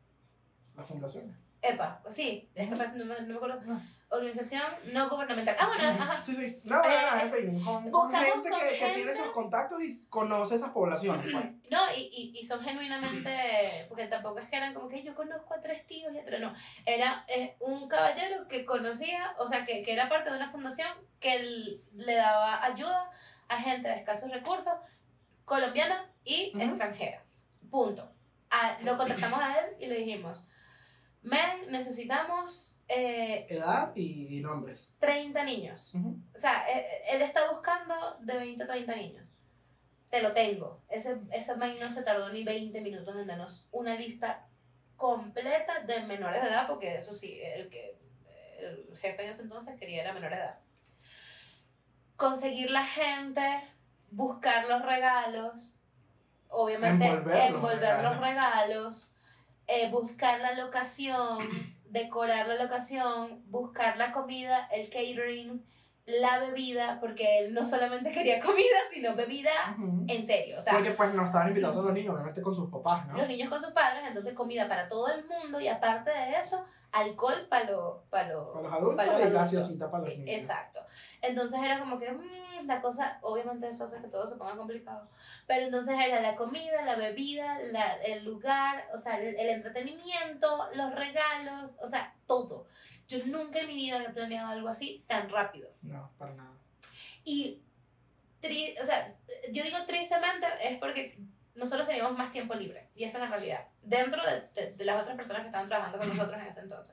Las fundaciones. EPA, sí, es que parece- no, me, no me acuerdo. Ah. Organización no gubernamental. Ah, bueno, ajá. Sí, sí. No, no, no, Eh, en fin, con, con buscamos gente con que, que gente- tiene sus contactos y conoce esas poblaciones, pues. No, y, y, y son genuinamente, porque tampoco es que eran como que yo conozco a tres tíos y a tres, no. Era eh, un caballero que conocía, o sea, que, que era parte de una fundación que l- le daba ayuda a gente de escasos recursos, colombiana y Ujú. extranjera. Punto. A- lo contactamos a él y le dijimos, men, necesitamos eh, Edad y, y nombres. treinta niños. Ujú. O sea, él, él está buscando de veinte a treinta niños. Te lo tengo. Ese, ese mail no se tardó ni veinte minutos en darnos una lista completa de menores de edad, porque eso sí, el que el jefe en ese entonces quería era menores de edad. Conseguir la gente, buscar los regalos, obviamente Envolver los envolver los regalos. regalos, eh, buscar la locación, decorar la locación, buscar la comida, el catering, la bebida, porque él no solamente quería comida, sino bebida Ujú. en serio. O sea, Porque pues no estaban invitados a los niños, obviamente con sus papás, ¿no? los niños con sus padres, entonces comida para todo el mundo y aparte de eso, alcohol para lo, para lo, Para los adultos para los y adultos. gaseosita para los niños. Exacto. Entonces era como que mmm, la cosa, obviamente eso hace que todo se ponga complicado. Pero entonces era la comida, la bebida, la, el lugar, o sea, el, el entretenimiento, los regalos, o sea, todo. Yo nunca en mi vida había planeado algo así tan rápido. No, para nada. Y, tri o sea, yo digo tristemente es porque nosotros teníamos más tiempo libre. Y esa es la realidad. Dentro de, de, de las otras personas que estaban trabajando con nosotros en ese entonces.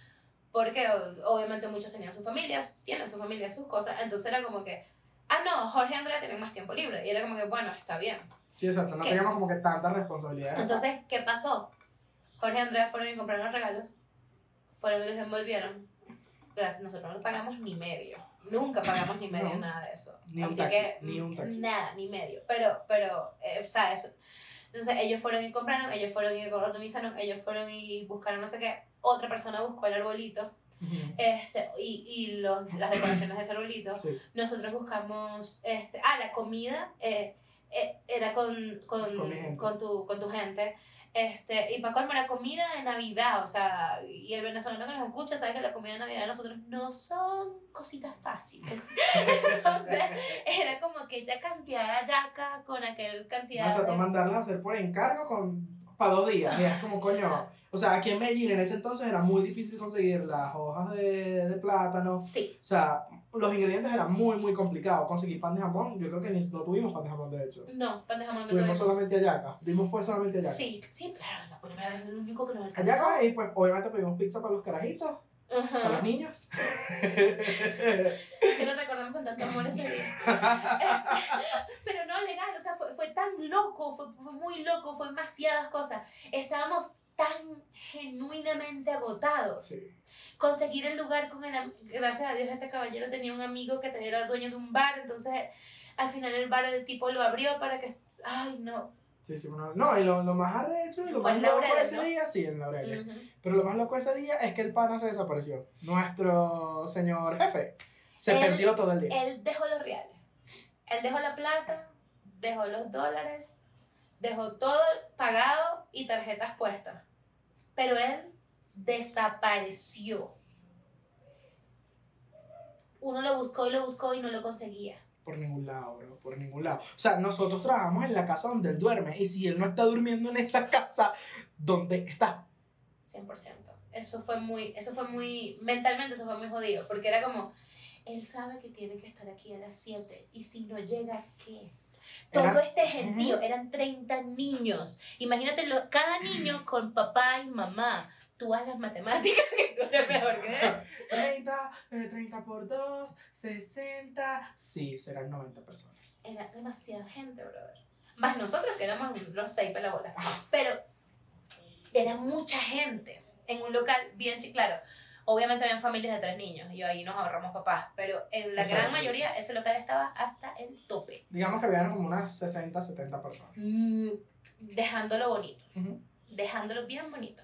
Porque o- obviamente muchos tenían sus familias, tienen sus familias, sus cosas. Entonces era como que, ah, no, Jorge y Andrea tienen más tiempo libre. Y era como que, bueno, está bien. Sí, exacto. No ¿Qué? teníamos como que tantas responsabilidades. Entonces, ¿qué pasó? Jorge y Andrea fueron y compraron los regalos. Fueron y los envolvieron. Gracias, nosotros no pagamos ni medio. Nunca pagamos ni medio No. nada de eso. Ni un Así taxi, que, ni un taxi. nada, ni medio. Pero, pero, eh, o sea, eso. Entonces, ellos fueron y compraron, ellos fueron y organizaron, ellos fueron y buscaron no sé qué. Otra persona buscó el arbolito. Ujú. Este, y, y los, las decoraciones de ese arbolito. Sí. Nosotros buscamos, este, ah, la comida eh, eh, era con, con, Con mi gente. con, tu, con tu gente. Este, y para colmo era comida de Navidad, o sea, y el venezolano que nos escucha sabe que la comida de Navidad de nosotros no son cositas fáciles. Entonces, era como que ella cantidad de yaca con aquel cantidad O sea, tú de... mandarlas a hacer por encargo con para dos días. Y es como, coño. O sea, aquí en Medellín en ese entonces era muy difícil conseguir las hojas de, de plátano. Sí, O sea, los ingredientes eran muy, muy complicados. Conseguir pan de jamón, yo creo que ni, no tuvimos pan de jamón, de hecho. no, pan de jamón no Tuvimos tuvimos. solamente ayaca. Dimos fue solamente ayaca. Sí, sí, claro, la primera vez, lo único que nos alcanzó. Ayaca y pues obviamente pedimos pizza para los carajitos, Ajá. para los niños. Que lo recordamos con tanto amor ese día. Pero no legal, o sea, fue, fue tan loco, fue, fue muy loco, fue demasiadas cosas. Estábamos tan genuinamente agotados. Sí. Conseguir el lugar con el am- gracias a Dios este caballero tenía un amigo que era dueño de un bar, entonces al final el bar el tipo lo abrió para que, ay no. Sí, sí, bueno, no, y lo, lo más arrecho y lo Fue más en loco Laureles, ese ¿no? día, sí, en Laureles. Ujú. Pero lo más loco ese día es que el pana se desapareció. Nuestro señor jefe se Él- perdió todo el día. Él dejó los reales, él dejó la plata, dejó los dólares, dejó todo pagado y tarjetas puestas. Pero él desapareció. Uno lo buscó y lo buscó y no lo conseguía. Por ningún lado, bro, por ningún lado. O sea, nosotros trabajamos en la casa donde él duerme. Y si él no está durmiendo en esa casa, ¿dónde está? cien por ciento. Eso fue muy, eso fue muy, mentalmente eso fue muy jodido. Porque era como, él sabe que tiene que estar aquí a las siete. Y si no llega, ¿qué? Todo Era- este gentío, eran treinta niños. Imagínate, lo- cada niño con papá y mamá. Tú haz las matemáticas, que tú eres mejor que él. treinta, eh, treinta por dos, sesenta. Sí, serán noventa personas. Era demasiada gente, brother. Más nosotros que éramos los seis pelabolas. Pero era mucha gente en un local bien chi- claro. Obviamente habían familias de tres niños y ahí nos ahorramos papás. Pero en la Exacto. gran mayoría ese local estaba hasta el tope. Digamos que habían como unas sesenta, setenta personas. Mm, dejándolo bonito. Ujú. Dejándolo bien bonito.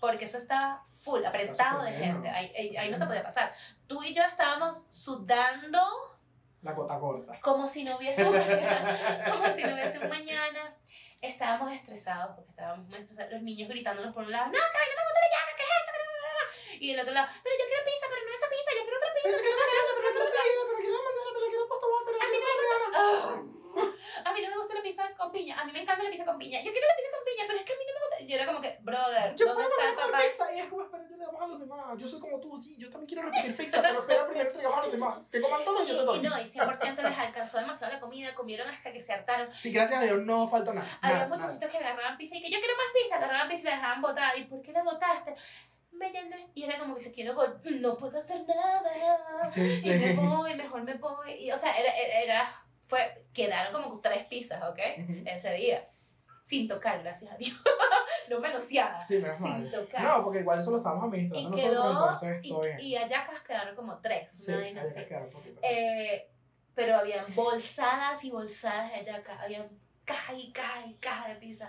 porque eso estaba full, apretado de lleno. gente, ahí, ahí, ahí no se podía pasar. Tú y yo estábamos sudando La gota gorda. como si no hubiese un mañana, como si no hubiese un mañana. Estábamos estresados porque estábamos muy estresados, los niños gritándonos por un lado, no, que a mí no me gusta la yaca, ¿qué es esto? Y el otro lado, pero yo quiero pizza, pero no esa pizza, yo quiero otra pizza. Pero quiero gaseosa, pero quiero seguida, pero quiero la manzana, pero quiero postomón, pero A mí no me gusta. A mí no me gusta la pizza con piña. A mí me encanta la pizza con piña. Yo quiero la pizza con piña, pero es que a mí no me gusta. Yo era como que, brother, Yo ¿dónde puedo está el comer papá? pizza y es como, espera, yo le damos a los demás. Yo soy como tú, sí, yo también quiero repetir pizza, pero espera, primero entregamos a los demás. Que coman todo y yo te Y, doy. y no, y cien por ciento les alcanzó demasiado la comida, comieron hasta que se hartaron. Sí, gracias a Dios no faltó nada. Había nada, muchachitos que agarraban pizza y que yo quiero más pizza, agarraban pizza y la dejaban botada. ¿Y por qué la botaste? Me llené. Y era como que te quiero gol, no puedo hacer nada. nada. Sí, sí. Y me voy, mejor me voy. Y, o sea, era, era, era- fue, quedaron como tres pizzas, ¿ok? Ujú. Ese día. Sin tocar, gracias a Dios. No manoseada. Sí, menos Sin mal. tocar. No, porque igual eso lo estábamos Y administrando nosotros, quedó, entonces y, todo bien. y hallacas quedaron como tres, Sí, una vaina ahí así. quedaron un poquito. Eh, pero habían bolsadas y bolsadas de hallacas, habían caja y caja y caja de pizza,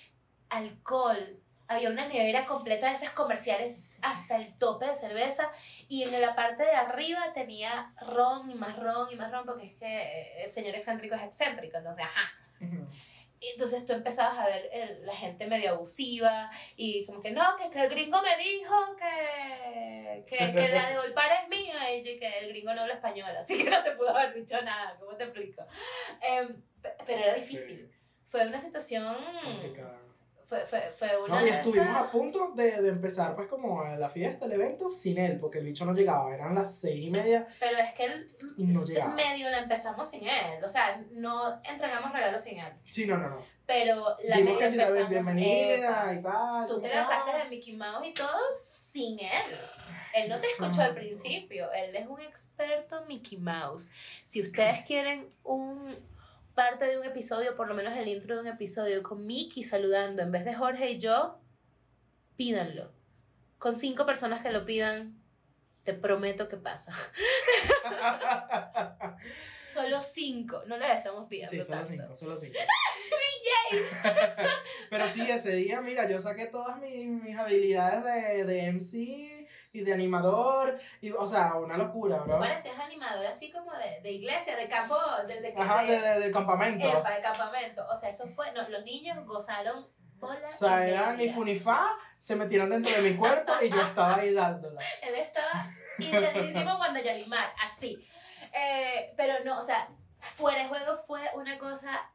alcohol, había una nevera completa de esas comerciales hasta el tope de cerveza y en la parte de arriba tenía ron y más ron y más ron porque es que el señor excéntrico es excéntrico, entonces ajá. Ujú. Y entonces tú empezabas a ver el- la gente medio abusiva y como que no, que, que el gringo me dijo que, que, que la de Olpar es mía y yo, que el gringo no habla español, así que no te pudo haber dicho nada, ¿cómo te explico? Em, pe- pero era difícil, Sí, fue una situación, complicado. fue, fue, fue una No, y de estuvimos esas- a punto de, de empezar pues como la fiesta, el evento, sin él, porque el bicho no llegaba, eran las seis y media pero es que él, y no se- llegaba. medio la empezamos sin él, o sea, no entregamos regalos sin él, Sí, no, no, no. pero la Dimos medio que si la empezamos, bienvenida epa. y tal. Tú como te que, lanzaste ah, de Mickey Mouse y todo sin él. Él no te escuchó al principio. Él es un experto en Mickey Mouse. Si ustedes quieren un parte de un episodio, por lo menos el intro de un episodio con Mickey saludando en vez de Jorge y yo, pídanlo. Con cinco personas que lo pidan, te prometo que pasa. Solo cinco, no les estamos pidiendo Sí, solo tanto. cinco, solo cinco. Pero sí, ese día, mira, yo saqué todas mis, mis habilidades de, de M C y de animador, y, o sea, una locura, Tú bro. parecías animador así como de, de iglesia, de campo, de, de, Ajá, de- de, de, de campamento. Epa, de campamento. O sea, eso fue. No, los niños gozaron bola O sea, y era ni media. funifá, se metieron dentro de mi cuerpo y yo estaba ahí dándola. Él estaba intensísimo cuando Yalimar, así. Eh, pero no, o sea, fuera de juego fue una cosa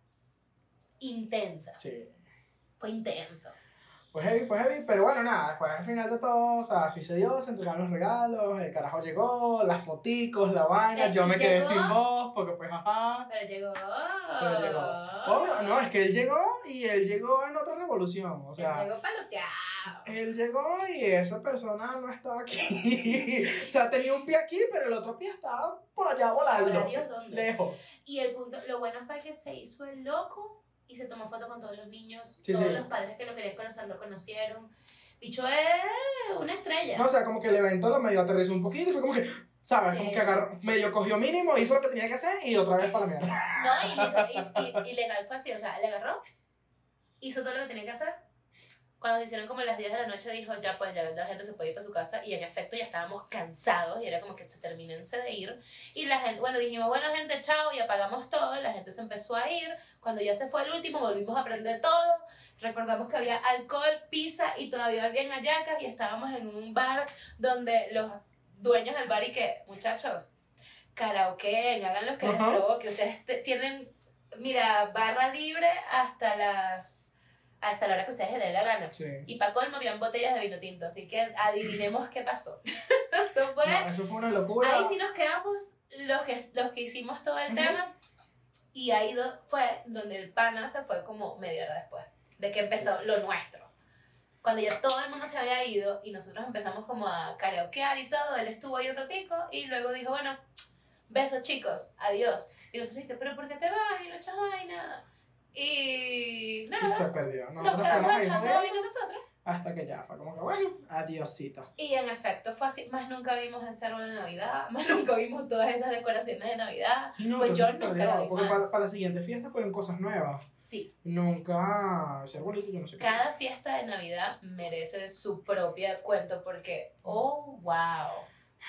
intensa. Sí. Fue intenso. Fue heavy, fue heavy, pero bueno, nada, después al final de todo, o sea, así se dio, se entregaron los regalos, el carajo llegó, las foticos, la vaina, Es yo que me quedé llegó. sin voz, porque pues, ajá. Pero llegó. Pero llegó. Obvio, no, es que él llegó y él llegó en otra revolución, o sea, Él llegó paloteado. él llegó y esa persona no estaba aquí. O sea, tenía un pie aquí, pero el otro pie estaba por allá volando. Sabrá Dios dónde. Lejos. Y el punto, lo bueno fue que se hizo el loco y se tomó foto con todos los niños. Sí, todos sí. los padres que lo querían conocer lo conocieron. Bicho es una estrella. No, o sea, como que el evento lo medio aterrizó un poquito y fue como que, ¿sabes? Sí. Como que agarró, medio cogió mínimo, hizo lo que tenía que hacer y otra vez para la mierda. No, y, y, y, y legal fue así, o sea, le agarró, hizo todo lo que tenía que hacer. Cuando se hicieron como las diez de la noche, dijo, ya pues, ya la gente se puede ir para su casa. Y en efecto ya estábamos cansados y era como que se terminense de ir. Y la gente, bueno, dijimos, bueno gente, chao, y apagamos todo. La gente se empezó a ir. Cuando ya se fue el último, volvimos a prender todo. Recordamos que había alcohol, pizza y todavía habían hallacas. Y estábamos en un bar donde los dueños del bar y que, muchachos, karaoke, hagan los que les Ajá. provoque. Ustedes te- tienen, mira, barra libre hasta las hasta la hora que ustedes les dé la gana. Sí. Y para colmo habían botellas de vino tinto, así que adivinemos qué pasó. Eso fue, No, eso fue una locura. ahí sí nos quedamos los que, los que hicimos todo el Ujú. tema. Y ahí do- fue donde el pana se fue como media hora después, de que empezó lo nuestro. Cuando ya todo el mundo se había ido y nosotros empezamos como a karaokear y todo, él estuvo ahí un ratico y luego dijo, bueno, besos chicos, adiós. Y nosotros dijimos, pero ¿por qué te vas? Y no echas vaina. Y nada, Y se perdió. nos Nosotros quedamos quedamos ahí echando jodiendo vaina nosotros. hasta que ya fue como que, bueno, adiosito. Y en efecto fue así, más nunca vimos ese árbol de Navidad, más nunca vimos todas esas decoraciones de Navidad. Sí, no, Pues yo entonces nunca perdió, la vi porque más. para, para la siguiente fiesta fueron cosas nuevas. Sí, Nunca, ese arbolito yo no sé qué cada es. fiesta de Navidad merece su propia cuento porque, oh, wow,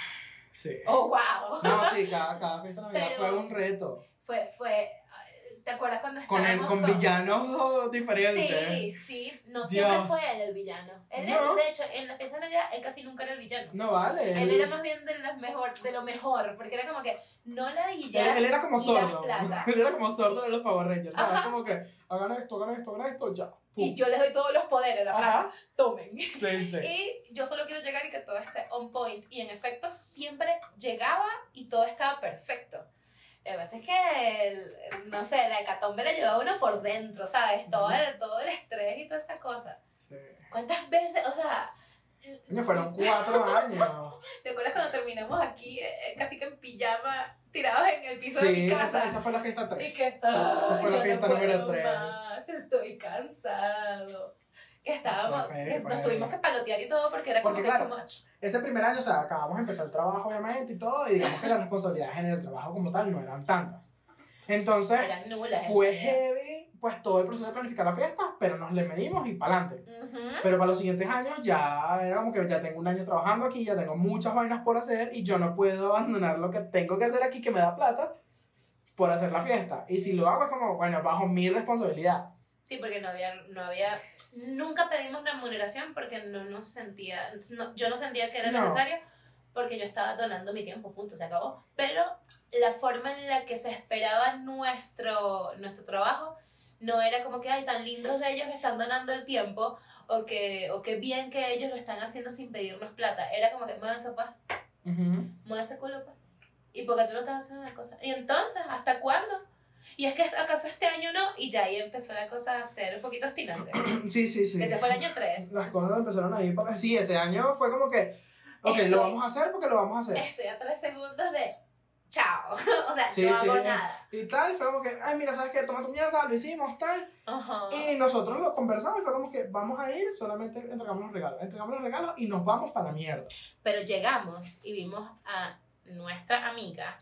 Sí. oh, wow. No, sí, cada, cada fiesta de Navidad Pero- fue un reto. Fue, fue, ¿te acuerdas cuando Con, el, estábamos con villanos diferentes. Sí, sí, no siempre Dios. fue él el villano. Él, No. de hecho, en la fiesta de Navidad, él casi nunca era el villano. No vale. Él era más bien de, las mejor, de lo mejor, porque era como que no la Él, guillas él era como y das sordo. plata. Él era como sordo de los Power Rangers. ¿Sabes? Ajá. Como que hagan esto, hagan esto, hagan esto, ya. Pum. Y yo les doy todos los poderes, la plata, Ajá. tomen. Sí, sí. Y yo solo quiero llegar y que todo esté on point. Y en efecto siempre llegaba y todo estaba perfecto. Lo que pasa es que, el- no sé, la hecatombe le llevaba a uno por dentro, ¿sabes? Todo el, todo el estrés y toda esa cosa. Sí. ¿Cuántas veces, o sea... Coño, fueron cuatro años. ¿Te acuerdas cuando terminamos aquí, eh, casi que en pijama, tirados en el piso de Sí, mi esa, casa? esa fue la fiesta Y tres. que, ah, Esa fue la yo fiesta no número puedo tres. más, estoy cansado. Que estábamos, Fue, que fue. nos tuvimos que palotear y todo porque era como Porque, que claro, too much. Ese primer año, o sea, acabamos de empezar el trabajo, obviamente, y todo, y digamos que las responsabilidades en el trabajo como tal no eran tantas. Entonces, Eran nulas. fue en realidad. heavy, pues todo el proceso de planificar la fiesta, pero nos le medimos y para adelante. Ujú. Pero para los siguientes años ya era como que ya tengo un año trabajando aquí, ya tengo muchas vainas por hacer y yo no puedo abandonar lo que tengo que hacer aquí que me da plata por hacer la fiesta. Y si lo hago es como, bueno, bajo mi responsabilidad. Sí, porque no había, no había, nunca pedimos remuneración porque no nos sentía, no- yo no sentía que era No. necesario porque yo estaba donando mi tiempo, punto, se acabó. Pero la forma en la que se esperaba nuestro, nuestro trabajo no era como que, ay, tan lindos de ellos que están donando el tiempo o que, o que bien que ellos lo están haciendo sin pedirnos plata. Era como que, muévanse pues, Ujú. muévanse culo pues. ¿Y por qué tú no estás haciendo las cosas? Y entonces, ¿hasta cuándo? Y es que acaso este año no, y ya ahí empezó la cosa a ser un poquito ostinante. Sí, sí, sí. Ese fue el año tres. Las cosas empezaron a ir para... Sí, ese año fue como que, ok, Estoy- lo vamos a hacer porque lo vamos a hacer. Estoy a tres segundos de chao. O sea, Sí, no sí. hago nada. Y tal, fue como que, ay, mira, ¿sabes qué? Toma tu mierda, lo hicimos, tal. Ajá. Y nosotros lo conversamos y fue como que vamos a ir, solamente entregamos los regalos. Entregamos los regalos y nos vamos para la mierda. Pero llegamos y vimos a nuestra amiga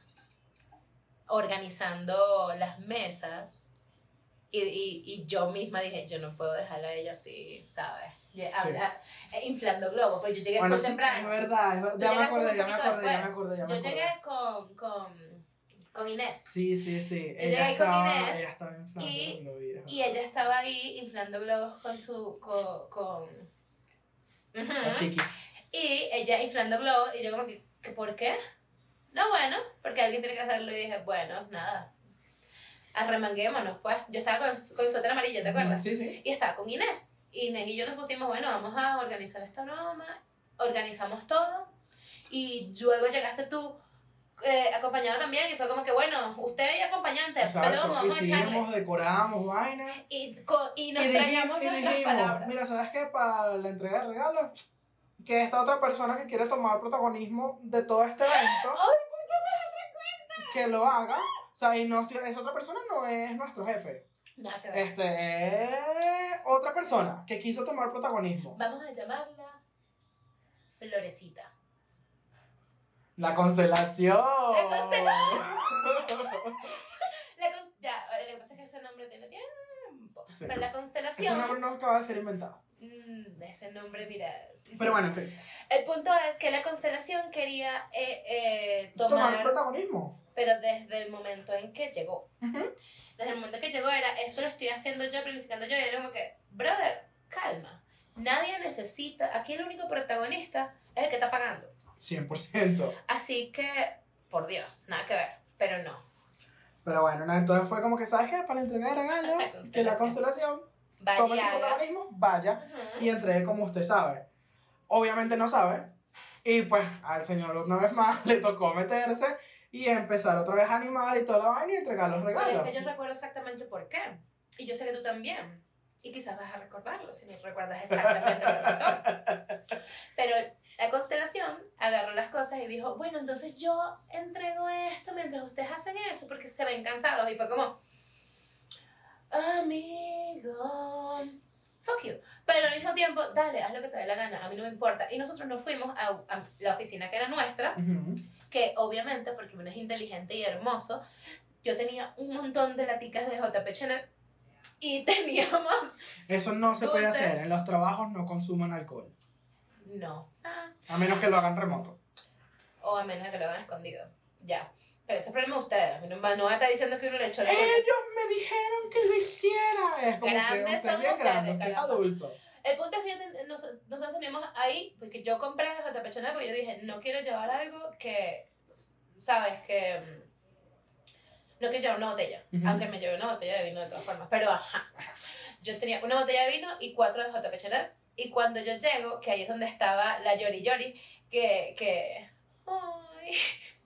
organizando las mesas. Y, y, y yo misma dije, yo no puedo dejarla a ella así, ¿sabes? Ya- Sí. habla- eh, inflando globos, pues yo llegué Bueno, full sí, temprano. es verdad, es verdad. Tú Ya me llegaste acordé, un ya me poquito acordé, ya me después. acordé, ya me Yo acordé. llegué con, con, con Inés. Sí, sí, sí. Yo llegué con Inés ella estaba inflando y- los globos, Y ella estaba ahí inflando globos con su... con... con... Ujú. La chiquis. Y ella inflando globos y yo como que, ¿que ¿por qué? No, bueno, porque alguien tiene que hacerlo y dije, bueno, nada. Arremanguémonos, pues. Yo estaba con, con el suéter amarillo, ¿te acuerdas? Sí, sí. Y estaba con Inés. Inés y yo nos pusimos, bueno, vamos a organizar esta broma. Organizamos todo. Y luego llegaste tú eh, acompañado también y fue como que, bueno, usted y acompañante, pero Exacto. vamos a echarle. Hicimos, decoramos, vainas. Y, co- y nos y traíamos dijimos, y nuestras dijimos, palabras. mira, ¿sabes qué? Para la entrega de regalos, que esta otra persona que quiere tomar protagonismo de todo este evento, que lo haga. O sea, y no, estoy- esa otra persona no es nuestro jefe. Nada que ver. Este es otra persona que quiso tomar protagonismo. Vamos a llamarla Florecita. La constelación. La La cons- ya, lo que pasa es que ese nombre tiene tiempo. Sí. Pero la Ese constelación. nombre no acaba de ser inventado. mm, ese nombre, mira. Pero bueno, en fin. El punto es que la constelación quería eh, eh, Tomar tomar. protagonismo. Pero desde el momento en que llegó. Ujú. Desde el momento que llegó era, esto lo estoy haciendo yo, planificando yo, y era como que, brother, calma. Nadie necesita, aquí el único protagonista es el que está pagando. cien por ciento. Así que, por Dios, nada que ver, pero no. Pero bueno, no, entonces fue como que, ¿sabes qué? Para entregar regalos, La constelación. que la constelación Vaya tome y su haga. protagonismo, vaya Ujú. y entregue como usted sabe. Obviamente no sabe. Y pues al señor una vez más le tocó meterse y empezar otra vez a animar y toda la vaina y entregar los regalos. Bueno, es que yo recuerdo exactamente por qué. Y yo sé que tú también. Y quizás vas a recordarlo si no recuerdas exactamente lo que pasó. Pero la constelación agarró las cosas y dijo, bueno, entonces yo entrego esto mientras ustedes hacen eso porque se ven cansados. Y fue como, amigo, fuck you. Pero al mismo tiempo, dale, haz lo que te dé la gana, a mí no me importa. Y nosotros nos fuimos a, a la oficina que era nuestra, Ujú. que obviamente, porque uno es inteligente y hermoso, yo tenía un montón de laticas de J P Chenet y teníamos... Eso no se puede Dulces. hacer. En los trabajos no consuman alcohol. No. Ah, A menos que lo hagan remoto. o a menos de que lo hagan escondido. Ya. Pero ese es el problema de ustedes. A mí no, no va a estar diciendo que uno le echó la culpa. Ellos me dijeron que lo hiciera. Es como Grandes que usted son es bien grande, ustedes, usted es caramba. adulto. El punto es que yo ten- nos- nosotros teníamos ahí, porque yo compré J P Chanel porque yo dije, no quiero llevar algo que, s- sabes, que mm, no quiero llevar una botella, Ujú. aunque me llevé una botella de vino de todas formas, pero ajá, yo tenía una botella de vino y cuatro de J P Chanel, y cuando yo llego, que ahí es donde estaba la Yori Yori, que, que, ay,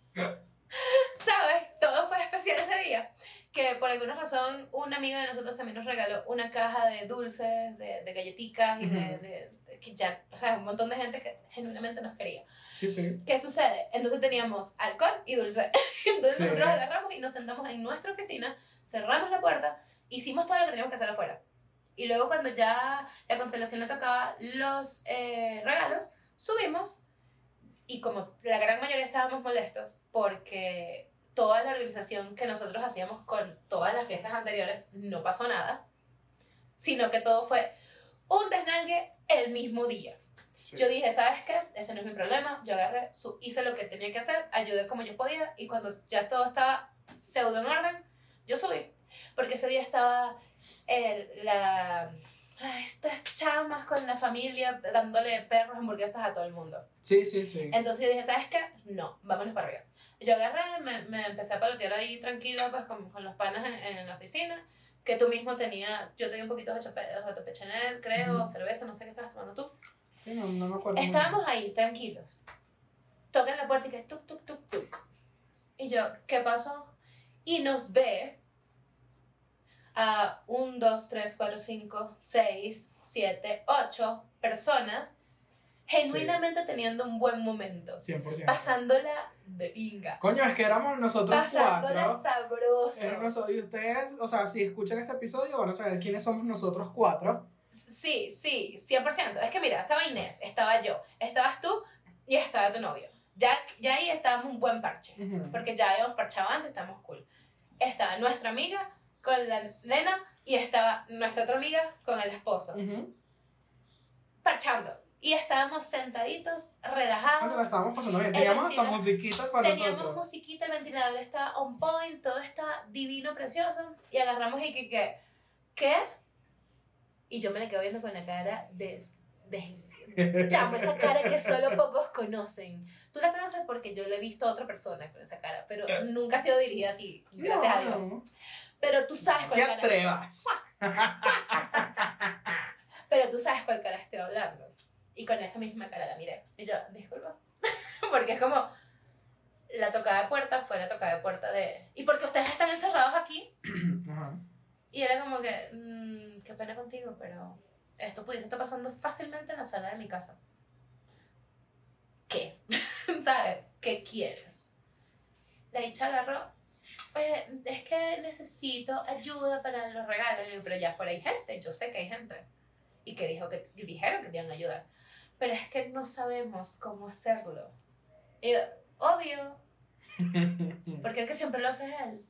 sabes, todo fue especial ese día, que por alguna razón una amiga de nosotros también nos regaló una caja de dulces, de, de galletitas y de, Ujú. de, de- que ya, o sea, un montón de gente que genuinamente nos quería. Sí, sí. ¿Qué sucede? Entonces teníamos alcohol y dulce. Entonces Sí. nosotros agarramos y nos sentamos en nuestra oficina, cerramos la puerta, hicimos todo lo que teníamos que hacer afuera. Y luego cuando ya la constelación le tocaba los eh, regalos, subimos y como la gran mayoría estábamos molestos porque toda la organización que nosotros hacíamos con todas las fiestas anteriores no pasó nada, sino que todo fue un desnalgue el mismo día. Sí. Yo dije, ¿sabes qué? Este no es mi problema. Yo agarré, su, hice lo que tenía que hacer, ayudé como yo podía y cuando ya todo estaba pseudo en orden, yo subí. Porque ese día estaba el, la... ay, estas chamas con la familia dándole perros, hamburguesas a todo el mundo. Sí, sí, sí. Entonces yo dije, ¿sabes qué? No, vámonos para arriba. Yo agarré, me, me empecé a palotear ahí tranquila pues con, con los panas en, en la oficina, que tú mismo tenías, yo tenía un poquito de J P Chanel, creo, Ujú. cerveza, no sé qué estabas tomando tú. Sí, no, no me acuerdo. muy Estábamos ahí, tranquilos. Tocan la puerta y que tuk, tuk, tuk, tuk. Y yo, ¿qué pasó? Y nos ve a un, dos, tres, cuatro, cinco, seis, siete, ocho personas genuinamente teniendo un buen momento. bien. cien por ciento. Pasándola de pinga. Coño, es que éramos nosotros Pasándola cuatro. sabroso. Era noso- y ustedes, o sea, si escuchan este episodio van a saber quiénes somos nosotros cuatro. Sí, sí, cien por ciento. Es que mira, estaba Inés, estaba yo, estabas tú y estaba tu novio. Ya, ya ahí estábamos un buen parche. Ujú. Porque ya habíamos parchado antes, estamos cool. Estaba nuestra amiga con la nena y estaba nuestra otra amiga con el esposo. Ujú. Parchando. Y estábamos sentaditos, Coño, la relajados. estábamos pasando bien. El Teníamos hasta ventila- musiquita para Teníamos nosotros. musiquita, el ventilador está on point, todo está divino, precioso. Y agarramos y que, que ¿qué? Y yo me le quedo viendo con la cara de... de chamo, esa cara que solo pocos conocen. Tú la conoces porque yo le he visto a otra persona con esa cara, pero nunca ha sido dirigida a ti, gracias a Dios. No, Pero tú sabes cuál te cara. atrevas. Pero tú sabes cuál cara estoy hablando. Y con esa misma cara la miré. Y yo, disculpa. Porque es como, la tocada de puerta fue la tocada de puerta de... Y porque ustedes están encerrados aquí. Ajá. Y era como que, mmm, qué pena contigo, pero esto pudiese estar pasando fácilmente en la sala de mi casa. ¿Qué? ¿Sabes? ¿Qué quieres? La dicha agarró, "Eh, es que necesito ayuda para los regalos. Y yo, pero ya fuera hay gente, yo sé que hay gente. Y que, dijo que que dijeron que te iban a ayudar. Pero es que no sabemos cómo hacerlo. Y yo, obvio, porque el que siempre lo hace es él.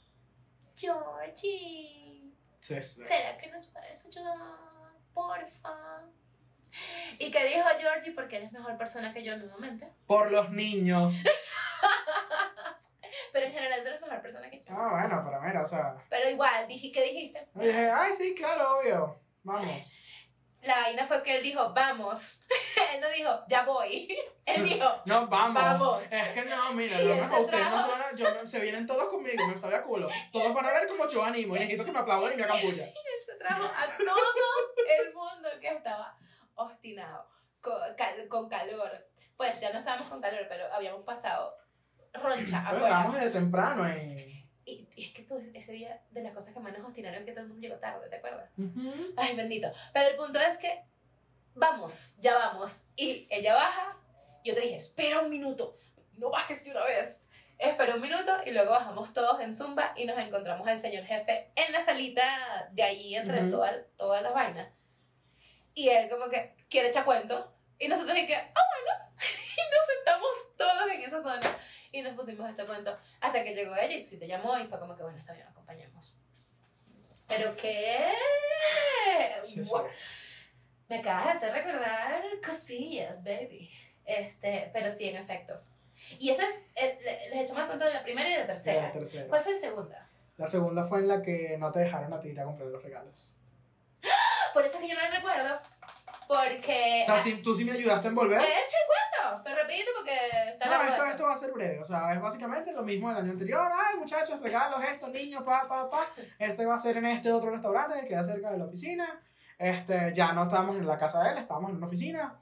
Georgie, Sí, sí. ¿será que nos puedes ayudar? Porfa. Y que dijo Georgie, porque él es mejor persona que yo nuevamente. Por los niños. Pero en general tú eres mejor persona que yo. Ah, bueno, pero mira, o sea. Pero igual, dije, ¿qué dijiste? Yo dije, ay, sí, claro, obvio. Vamos. La vaina fue que él dijo, vamos. Él no dijo, ya voy. Él dijo, No, vamos. Vamos. Es que no, mira, Y no él me- se ustedes no trajo- se van a, yo, se vienen todos conmigo, me sabe a culo. Todos van a ver cómo yo animo y necesito que me aplaudan y me hagan bulla. él se trajo a todo el mundo que estaba obstinado, con, cal- con calor. Pues ya no estábamos con calor, pero habíamos pasado roncha Pero afuera. estábamos desde temprano y... Y, y es que eso, ese día de las cosas que más nos obstinaron que todo el mundo llegó tarde, ¿te acuerdas? Ujú. Ay, bendito. Pero el punto es que vamos, ya vamos. Y ella baja, yo te dije, espera un minuto, no bajes de una vez. Espera un minuto y luego bajamos todos en Zumba y nos encontramos al señor jefe en la salita de ahí entre Ujú. toda- todas las vainas. Y él como que quiere echar cuento. Y nosotros y que, ah, bueno. Y nos sentamos todos en esa zona. Y nos pusimos a echar cuento. Hasta que llegó ella y sí te llamó y fue como que, bueno, está bien, acompañamos. ¿Pero qué? Sí, sí. Wow. Me acabas de hacer recordar cosillas, baby. Este, pero sí, en efecto. Y esa es, eh, les echamos el cuento de la primera y de la tercera. La tercera. ¿Cuál fue la segunda? La segunda fue en la que no te dejaron a ti ir a comprar los regalos. Por eso es que yo no la recuerdo. Porque... O sea, si, tú sí me ayudaste a envolver. Echa el cuento, pero rapidito porque está No, largo esto, esto. esto va a ser breve. O sea, es básicamente lo mismo del año anterior. Ay, muchachos, regalos, esto, niños, pa, pa, pa. Este va a ser en este otro restaurante que queda cerca de la oficina. Este, ya no estábamos en la casa de él, estábamos en una oficina.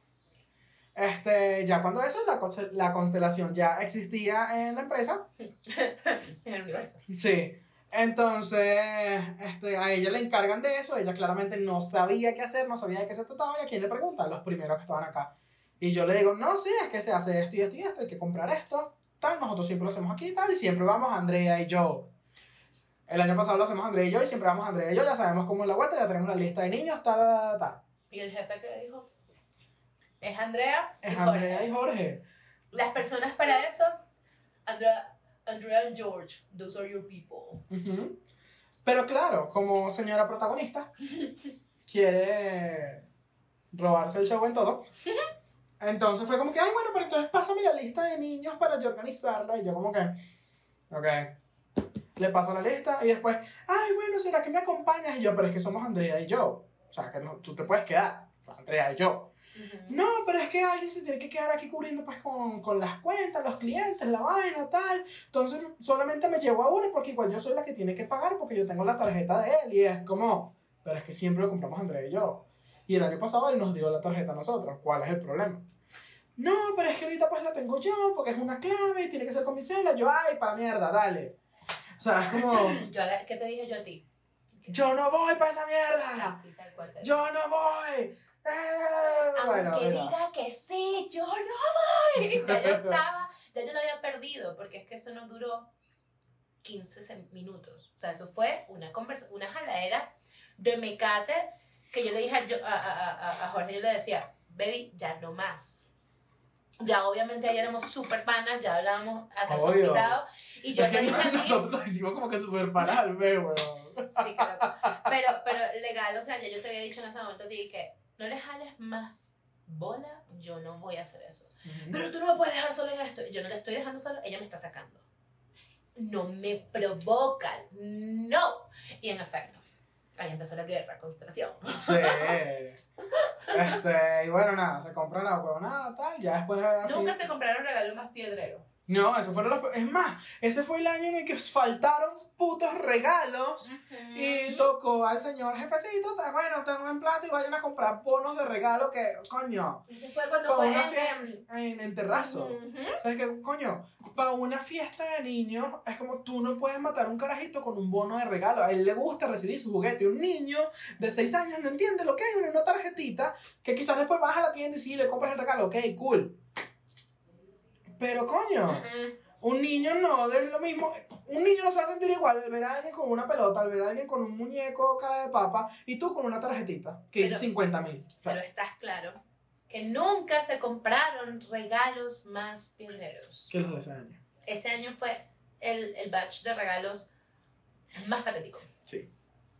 Este, ya cuando eso, la, conste- la constelación ya existía en la empresa. En el universo. Sí. Entonces, este, a ella le encargan de eso. Ella claramente no sabía qué hacer, no sabía de qué se trataba. ¿Y a quién le preguntan? Los primeros que estaban acá. Y yo le digo, no, sí, es que se hace esto y esto y esto, hay que comprar esto, tal. Nosotros siempre lo hacemos aquí y tal. Y siempre vamos a Andrea y yo. El año pasado lo hacemos Andrea y yo y siempre vamos a Andrea y yo. Ya sabemos cómo es la vuelta, ya tenemos la lista de niños, tal, tal, tal. Y el jefe que dijo, es Andrea y Es Jorge. Andrea y Jorge. Las personas para eso, Andrea, Andrea and George, those are your people. Ujú. Pero claro, como señora protagonista, quiere robarse el show en todo. Entonces fue como que, ay, bueno, pero entonces pásame la lista de niños para yo organizarla. Y yo como que, ok. Le paso la lista y después, ay, bueno, ¿será que me acompañas? Y yo, pero es que somos Andrea y yo. O sea, que no, tú te puedes quedar, Andrea y yo. Uh-huh. No, pero es que alguien se tiene que quedar aquí cubriendo pues con, con las cuentas, los clientes, la vaina, tal. Entonces solamente me llevo a uno porque igual yo soy la que tiene que pagar porque yo tengo la tarjeta de él. Y es como, pero es que siempre lo compramos Andrea y yo. Y el año pasado él nos dio la tarjeta a nosotros. ¿Cuál es el problema? No, pero es que ahorita pues la tengo yo porque es una clave y tiene que ser con mi cela. Yo, ay, para mierda, dale. O sea, es como, Yo, la- ¿qué te dije yo a ti? yo no voy para esa mierda. Así, tal cual. Tal. Yo no voy. Eh, Aunque bueno, mira. diga que sí, yo no voy. Ya yo estaba, ya yo lo había perdido, porque es que eso nos duró quince minutos. O sea, eso fue una conversa, una jaladera de mecate que yo le dije a, yo, a, a, a, a Jorge, yo le decía, baby, ya no más. Ya obviamente ahí éramos súper panas, ya hablábamos a caso Obvio. invitado. Y yo Es te que dije a ti, nosotros lo hicimos como que súper para al ver, weón. sí, claro. Pero, pero legal, o sea, ya yo te había dicho en ese momento a ti que no le jales más bola, yo no voy a hacer eso. Pero tú no me puedes dejar solo en esto. Yo no te estoy dejando solo, ella me está sacando. No me provocan, no. Y en efecto, ahí empezó la guerra, constelación. Sí. Este, y bueno, nada, se compra la huevonada, tal, ya después de Nunca se compraron regalos más piedreros. No, eso fueron los... Es más, ese fue el año en el que faltaron putos regalos. Uh-huh. Y tocó al señor jefecito, ta- bueno, tengo en plata y vayan a comprar bonos de regalo que, coño, Ese fue cuando para fue una en... fiesta en, en terrazo. Uh-huh. ¿Sabes qué? Coño, para una fiesta de niños es como tú no puedes matar a un carajito con un bono de regalo. A él le gusta recibir su juguete. Un niño de seis años no entiende lo que hay, una tarjetita que quizás después vas a la tienda y sí le compras el regalo. Ok, cool. Pero coño, Uh-uh. un niño no es lo mismo. Un niño no se va a sentir igual al ver a alguien con una pelota, al ver a alguien con un muñeco cara de papa y tú con una tarjetita que dice Pero- cincuenta mil. Pero estás claro que nunca se compraron regalos más piedreros. ¿Qué es lo de ese año? Ese año fue el, el batch de regalos más patético. Sí.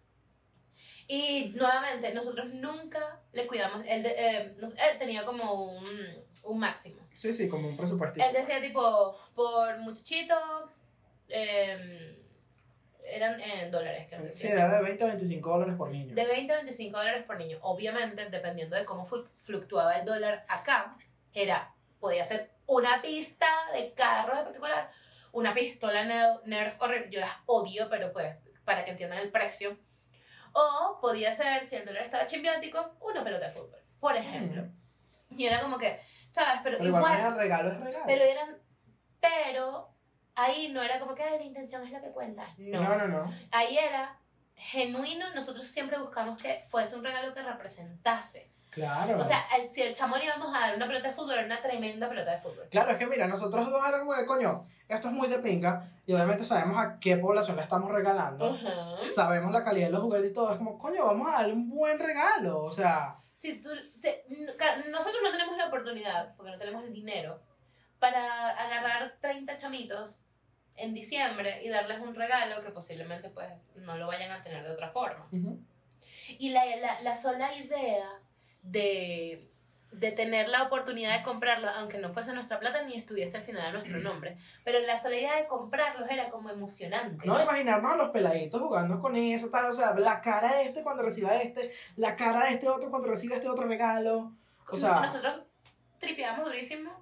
Y nuevamente, nosotros nunca le cuidamos. Él, de- eh, nos- él tenía como un, un máximo. Sí, sí, como un presupuesto. Él decía tipo, por muchachito, eh, eran en dólares, creo que Sí, sí. era de veinte a veinticinco dólares por niño. De veinte a veinticinco dólares por niño. Obviamente, dependiendo de cómo flu- fluctuaba el dólar acá, era, podía ser una pista de carros espectacular, una pistola ne- Nerf horrible, yo las odio, pero pues, para que entiendan el precio. O podía ser, si el dólar estaba chimbiótico, una pelota de fútbol, por ejemplo. Y era como que, ¿sabes? Pero, Pero igual, igual, manera, regalo es regalo. pero eran, pero ahí no era como que "Ay, la intención es la que cuenta". No. no, no, no. Ahí era genuino, nosotros siempre buscamos que fuese un regalo que representase Claro. O sea, el- si el chamo le íbamos a dar una pelota de fútbol, era una tremenda pelota de fútbol. Claro, es que mira, nosotros dos éramos como de coño, esto es muy de pinga, y obviamente sabemos a qué población le estamos regalando, Ajá. sabemos la calidad de los juguetes y todo, es como, coño, vamos a darle un buen regalo, o sea, Si tú, te- n- ca- nosotros no tenemos la oportunidad, porque no tenemos el dinero, para agarrar treinta chamitos en diciembre y darles un regalo que posiblemente pues no lo vayan a tener de otra forma. ujú. Y la, la, la sola idea de, de tener la oportunidad de comprarlos, aunque no fuese nuestra plata ni estuviese al final a nuestro nombre, pero la sola idea de comprarlos era como emocionante. No, imaginarnos a los peladitos jugando con eso, tal, o sea, la cara de este cuando reciba este, la cara de este otro cuando reciba este otro regalo, o sea, Nosotros tripeábamos durísimo,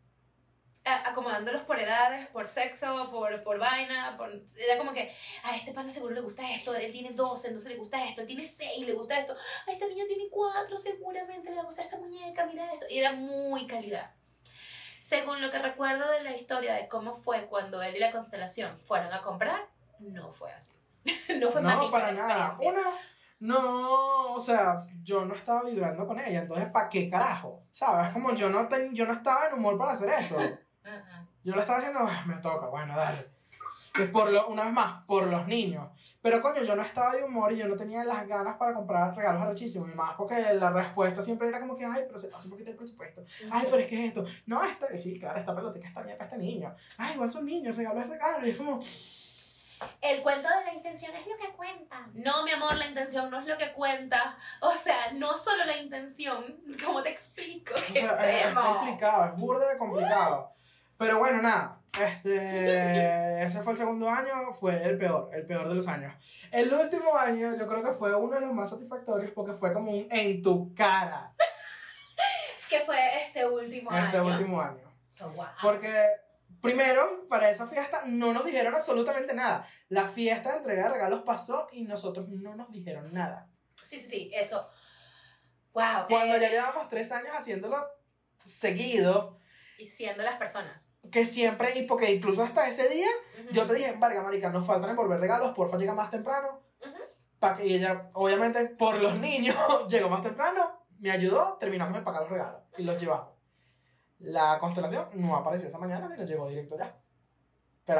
a- acomodándolos por edades, por sexo, por, por vaina, por, era como que a este pana seguro le gusta esto, él tiene doce, entonces le gusta esto, él tiene seis, le gusta esto, a esta niña tiene cuatro, seguramente le va a gustar esta muñeca, mira esto, y era muy calidad. Según lo que recuerdo de la historia de cómo fue cuando él y la constelación fueron a comprar, no fue así. No fue no, mágica para la nada, experiencia. una, no, o sea, yo no estaba vibrando con ella, entonces, ¿para qué carajo? ¿Sabes? Como yo no, ten, yo no estaba en humor para hacer eso. Uh-uh. Yo lo estaba haciendo, "Ah, me toca, bueno, dale. Es por lo, una vez más, por los niños. Pero coño, yo no estaba de humor y yo no tenía las ganas para comprar regalos arrechísimos. Y más porque la respuesta siempre era como que, ay, pero se pasa un poquito el presupuesto. Ay, pero es que es esto. No, esta, sí, claro, esta pelotica está bien para este niño. Ay, igual son niños, regalo es regalo. Y es como, El cuento de la intención es lo que cuenta. No, mi amor, la intención no es lo que cuenta. O sea, no solo la intención. ¿Cómo te explico? o ¡Qué sea, es, es temo! complicado, es burda de complicado. Pero bueno, nada. Este, ese fue el segundo año, fue el peor, el peor de los años. El último año yo creo que fue uno de los más satisfactorios porque fue como un en tu cara. Que fue este último Ese año. último año. Oh, wow. Porque, primero, para esa fiesta no nos dijeron absolutamente nada. La fiesta de entrega de regalos pasó y nosotros no nos dijeron nada. Sí, sí, sí, eso. Wow. Cuando eh, ya llevamos tres años haciéndolo seguido, Y siendo las personas. que siempre, y porque incluso hasta ese día, Ujú. yo te dije, Varga, marica, nos faltan envolver regalos, porfa, llega más temprano. Ujú. Pa' que, y ella, obviamente, por los niños, llegó más temprano, me ayudó, terminamos de empacar los regalos y los llevamos. La constelación no apareció esa mañana, sino llegó directo ya. Pero,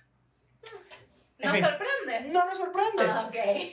en ¿Nos fin. sorprende? no nos sorprende. Ah,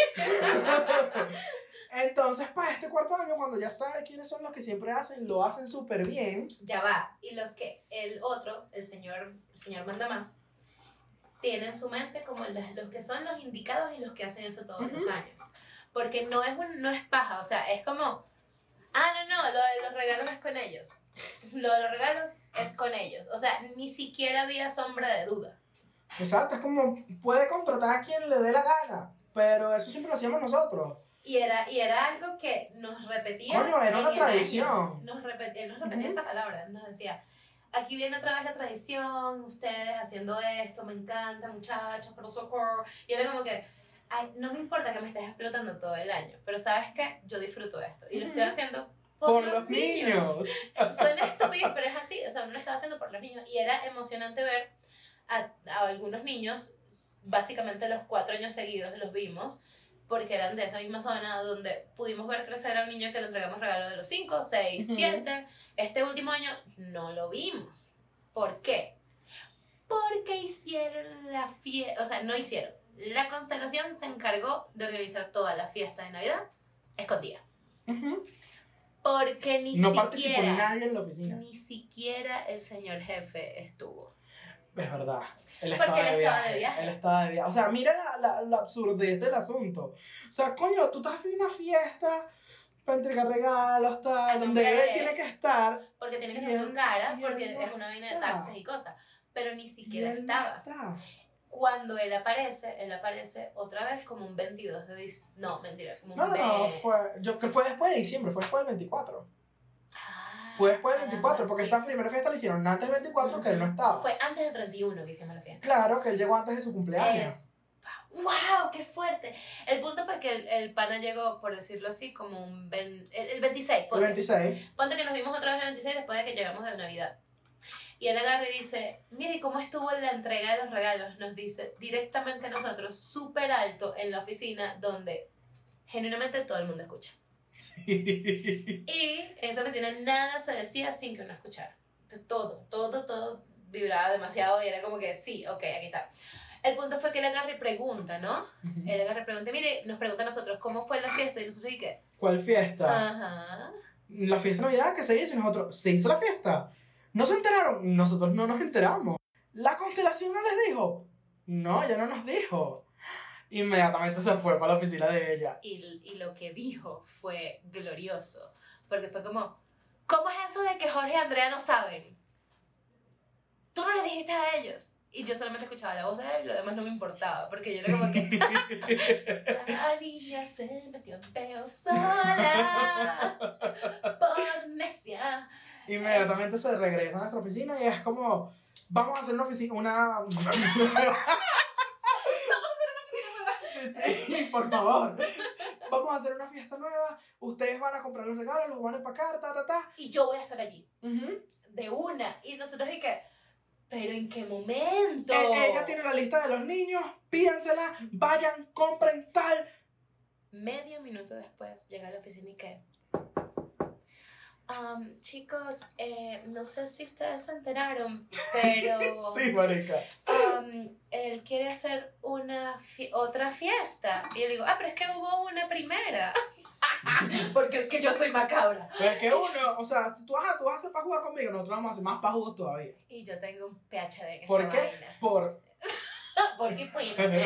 ok. Entonces, para este cuarto año, cuando ya sabes quiénes son los que siempre hacen, lo hacen súper bien. Ya va. Y los que el otro, el señor, el señor manda más, tiene en su mente como las- los que son los indicados y los que hacen eso todos los Ujú. años. Porque no es, un, no es paja, o sea, es como, ah, no, no, lo de los regalos es con ellos. Lo de los regalos es con ellos. O sea, ni siquiera había sombra de duda. Exacto, es como, puede contratar a quien le dé la gana, pero eso siempre lo hacíamos nosotros. Y era, y era algo que nos repetía. Coño, era en una el tradición. año. Nos repetía, él nos repetía Ujú. esa palabra. Nos decía, aquí viene otra vez la tradición, ustedes haciendo esto, me encanta, muchachos, pero socorro. Y era como que, ay, no me importa que me estés explotando todo el año, pero ¿sabes qué? Yo disfruto de esto. Y lo estoy Ujú. haciendo Por, por, los niños. Suena estúpido, pero es así. O sea, uno lo estaba haciendo por los niños. Y era emocionante ver a, a algunos niños, básicamente los cuatro años seguidos los vimos, porque eran de esa misma zona donde pudimos ver crecer a un niño que le entregamos regalos de los cinco, seis, Ujú. siete. Este último año no lo vimos. ¿Por qué? Porque hicieron la fiesta, o sea, no hicieron. La constelación se encargó de organizar toda la fiesta de Navidad escondida. Ujú. Porque ni No participó siquiera, nadie en la oficina. ni siquiera el señor jefe estuvo. Es verdad. Él Porque estaba, él de estaba viaje, de viaje. Él estaba de viaje. O sea, mira la, la, la absurdez del asunto. O sea, coño, tú estás haciendo una fiesta para entregar regalos, A tal, donde nombre él de él. tiene que estar. Porque tiene que Y hacer su él- cara, y él porque no es una vaina de está. taxes y cosas. Pero ni Y siquiera él no estaba. está. Cuando él aparece, él aparece otra vez como un veintidós de diciembre. No, mentira, como un No, no, no, ve- fue, yo, que fue después de diciembre, fue después del veinticuatro. Ah, Fue después del caramba, veinticuatro, porque sí. esa primera fiesta la hicieron antes del veinticuatro, que él no estaba. Fue antes del treinta y uno que hicimos la fiesta. Claro, que él llegó antes de su cumpleaños. Eh, ¡Wow! ¡Qué fuerte! El punto fue que el, el pana llegó, por decirlo así, como un... ven- el, el veintiséis, el ponte. veintiséis. Ponte que nos vimos otra vez el veintiséis después de que llegamos de Navidad. Y él agarra y dice, mire, ¿cómo estuvo la entrega de los regalos? Nos dice directamente a nosotros, súper alto en la oficina, donde genuinamente todo el mundo escucha. Sí. Y en esa oficina nada se decía sin que uno escuchara. Todo, todo, todo vibraba demasiado y era como que sí, ok, aquí está. El punto fue que él agarra y pregunta, ¿no? Ujú. Él agarra y pregunta, mire, nos pregunta a nosotros, ¿cómo fue la fiesta? Y nosotros, ¿y qué? ¿Cuál fiesta? Ajá. La fiesta de Navidad que se hizo y nosotros, ¿se hizo la fiesta? ¿No se enteraron? Nosotros no nos enteramos. ¿La constelación no les dijo? No, ya no nos dijo. Inmediatamente se fue para la oficina de ella. Y, y lo que dijo fue glorioso, porque fue como, ¿cómo es eso de que Jorge y Andrea no saben? Tú no les dijiste a ellos. Y yo solamente escuchaba la voz de él y lo demás no me importaba, porque yo era como que la niña se metió en peo sola por necia. Inmediatamente se regresa a nuestra oficina y es como, vamos a hacer una oficina, una... una oficina nueva. Sí, por favor. Vamos a hacer una fiesta nueva, ustedes van a comprar los regalos, los van a empacar, ta, ta, ta. Y yo voy a estar allí, Uh-huh. de una. Y nosotros y que, ¿pero en qué momento? Eh, ella tiene la lista de los niños, pídansela, vayan, compren tal. Medio minuto después llega a la oficina y que, um, chicos, eh, no sé si ustedes se enteraron, pero Sí, marica. um, él quiere hacer una fie- otra fiesta. Y yo le digo, ah, pero es que hubo una primera. Porque es que yo soy macabra. Pero es que uno, o sea, si tú vas a, tú vas a hacer pajuga conmigo, nosotros vamos a hacer más pajuga todavía. Y yo tengo un P H D en ¿Por esa qué? vaina. Por... Porque pues.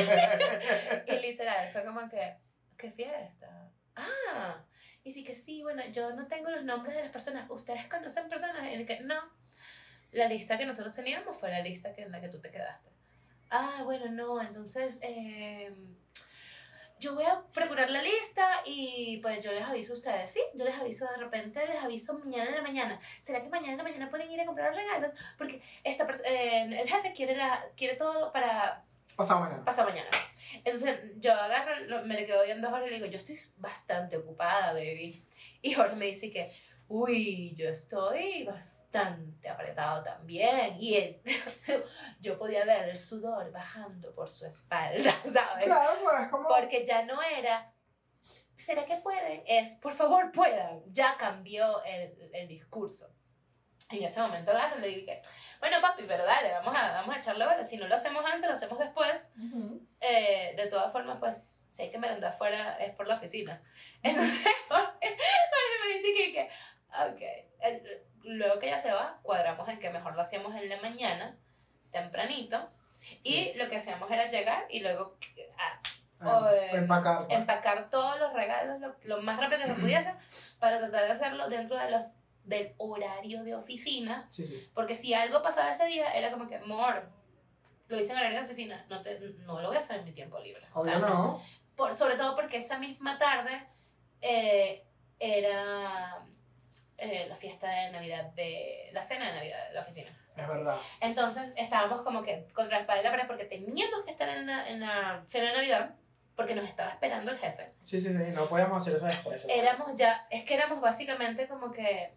Y literal, fue como que, ¿qué fiesta? Ah, y sí que sí, bueno, yo no tengo los nombres de las personas. ¿Ustedes conocen personas? Y el que, no. La lista que nosotros teníamos fue la lista que, en la que tú te quedaste. Ah, bueno, no, entonces, eh, yo voy a procurar la lista y pues yo les aviso a ustedes, ¿sí? Yo les aviso, de repente les aviso mañana en la mañana. ¿Será que mañana en la mañana pueden ir a comprar los regalos? Porque esta pers- eh, el jefe quiere, la, quiere todo para Pasado mañana. pasado mañana. Entonces yo agarro, lo- me le quedo viendo a Jorge y le digo, yo estoy bastante ocupada, baby. Y Jorge me dice que, uy, yo estoy bastante apretado también. Y él, yo podía ver el sudor bajando por su espalda, ¿sabes? Claro, pues, como... Porque ya no era, ¿será que pueden? Es, por favor, puedan. Ya cambió el, el discurso. En ese momento agarro y le digo que, bueno, papi, pero dale, vamos a, vamos a echarle bola. Si no lo hacemos antes, lo hacemos después. Uh-huh. Eh, de todas formas, pues, si hay que merendar afuera, es por la oficina. Entonces, Jorge, Jorge me dice que, que ok. El- luego que ella se va, cuadramos en que mejor lo hacíamos en la mañana, tempranito. Y Sí. lo que hacíamos era llegar y luego ah, Ah, o, eh, empacar, pues. empacar todos los regalos lo, lo más rápido que se pudiese para tratar de hacerlo dentro de los, del horario de oficina. Sí, sí. Porque si algo pasaba ese día, era como que, amor, lo hice en horario de oficina, no, te, no lo voy a hacer en mi tiempo libre. O Obvio sea, no. por, sobre todo porque esa misma tarde eh, era eh, la fiesta de Navidad, de la cena de Navidad de la oficina. Es verdad. Entonces estábamos como que contra la espada y la pared porque teníamos que estar en la, en la cena de Navidad porque nos estaba esperando el jefe. Sí, sí, sí. No podíamos hacer eso después. Éramos ya, es que éramos básicamente como que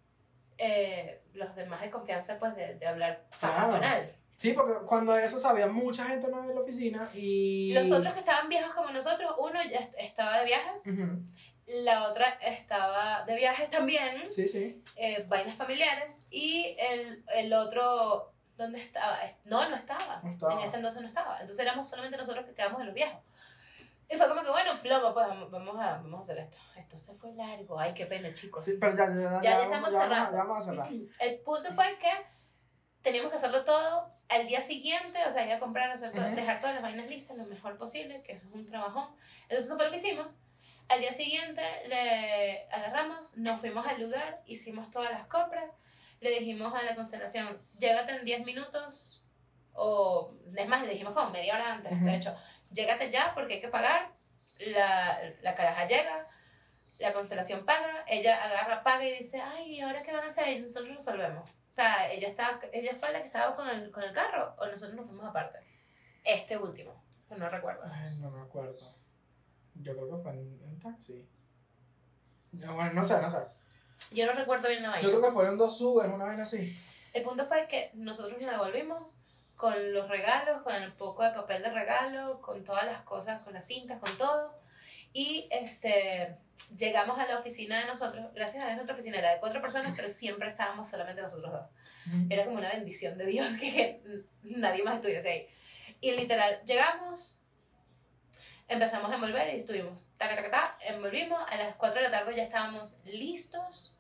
eh, los demás de confianza pues de, de hablar Claro. con él. Sí, porque cuando eso sabía mucha gente nueva en la oficina y... Los otros que estaban viejos como nosotros, uno ya est- estaba de viaje, Ujú. la otra estaba de viaje también, Sí, sí. eh, vainas familiares, y el, el otro, ¿dónde estaba? No, no estaba. No estaba. En ese entonces no estaba. Entonces éramos solamente nosotros que quedamos de los viejos. Y fue como que, bueno, plomo, pues vamos, vamos, a, vamos a hacer esto. Esto se fue largo. Ay, qué pena, chicos. Sí, pero ya, ya, ya, Ya, ya ya, estamos ya, cerrando. ya vamos a cerrar. El punto fue que teníamos que hacerlo todo al día siguiente, o sea, ir a comprar, hacer todo, Ujú. dejar todas las vainas listas lo mejor posible, que eso es un trabajón. Entonces eso fue lo que hicimos. Al día siguiente le agarramos, nos fuimos al lugar, hicimos todas las compras, le dijimos a la constelación, llégate en diez minutos, o es más, le dijimos como media hora antes, Ujú. de hecho, llégate ya porque hay que pagar, la, la caraja llega, la constelación paga, ella agarra, paga y dice, ay, ¿y ahora qué van a hacer? Y nosotros resolvemos. O sea, ella, estaba, ella fue la que estaba con el, con el carro, o nosotros nos fuimos aparte. Este último, pero no recuerdo. Ay, no me acuerdo. Yo creo que fue en, en taxi. No, bueno, no sé, no sé. Yo no recuerdo bien la vaina. Yo creo que fueron dos Uber, una vaina así. El punto fue que nosotros la devolvimos con los regalos, con el poco de papel de regalo, con todas las cosas, con las cintas, con todo. Y este, llegamos a la oficina de nosotros, gracias a Dios nuestra oficina era de cuatro personas, pero siempre estábamos solamente nosotros dos. Era como una bendición de Dios que, que nadie más estuviese ahí. Y literal, llegamos, empezamos a envolver y estuvimos, taca, taca, taca, envolvimos, a las cuatro de la tarde ya estábamos listos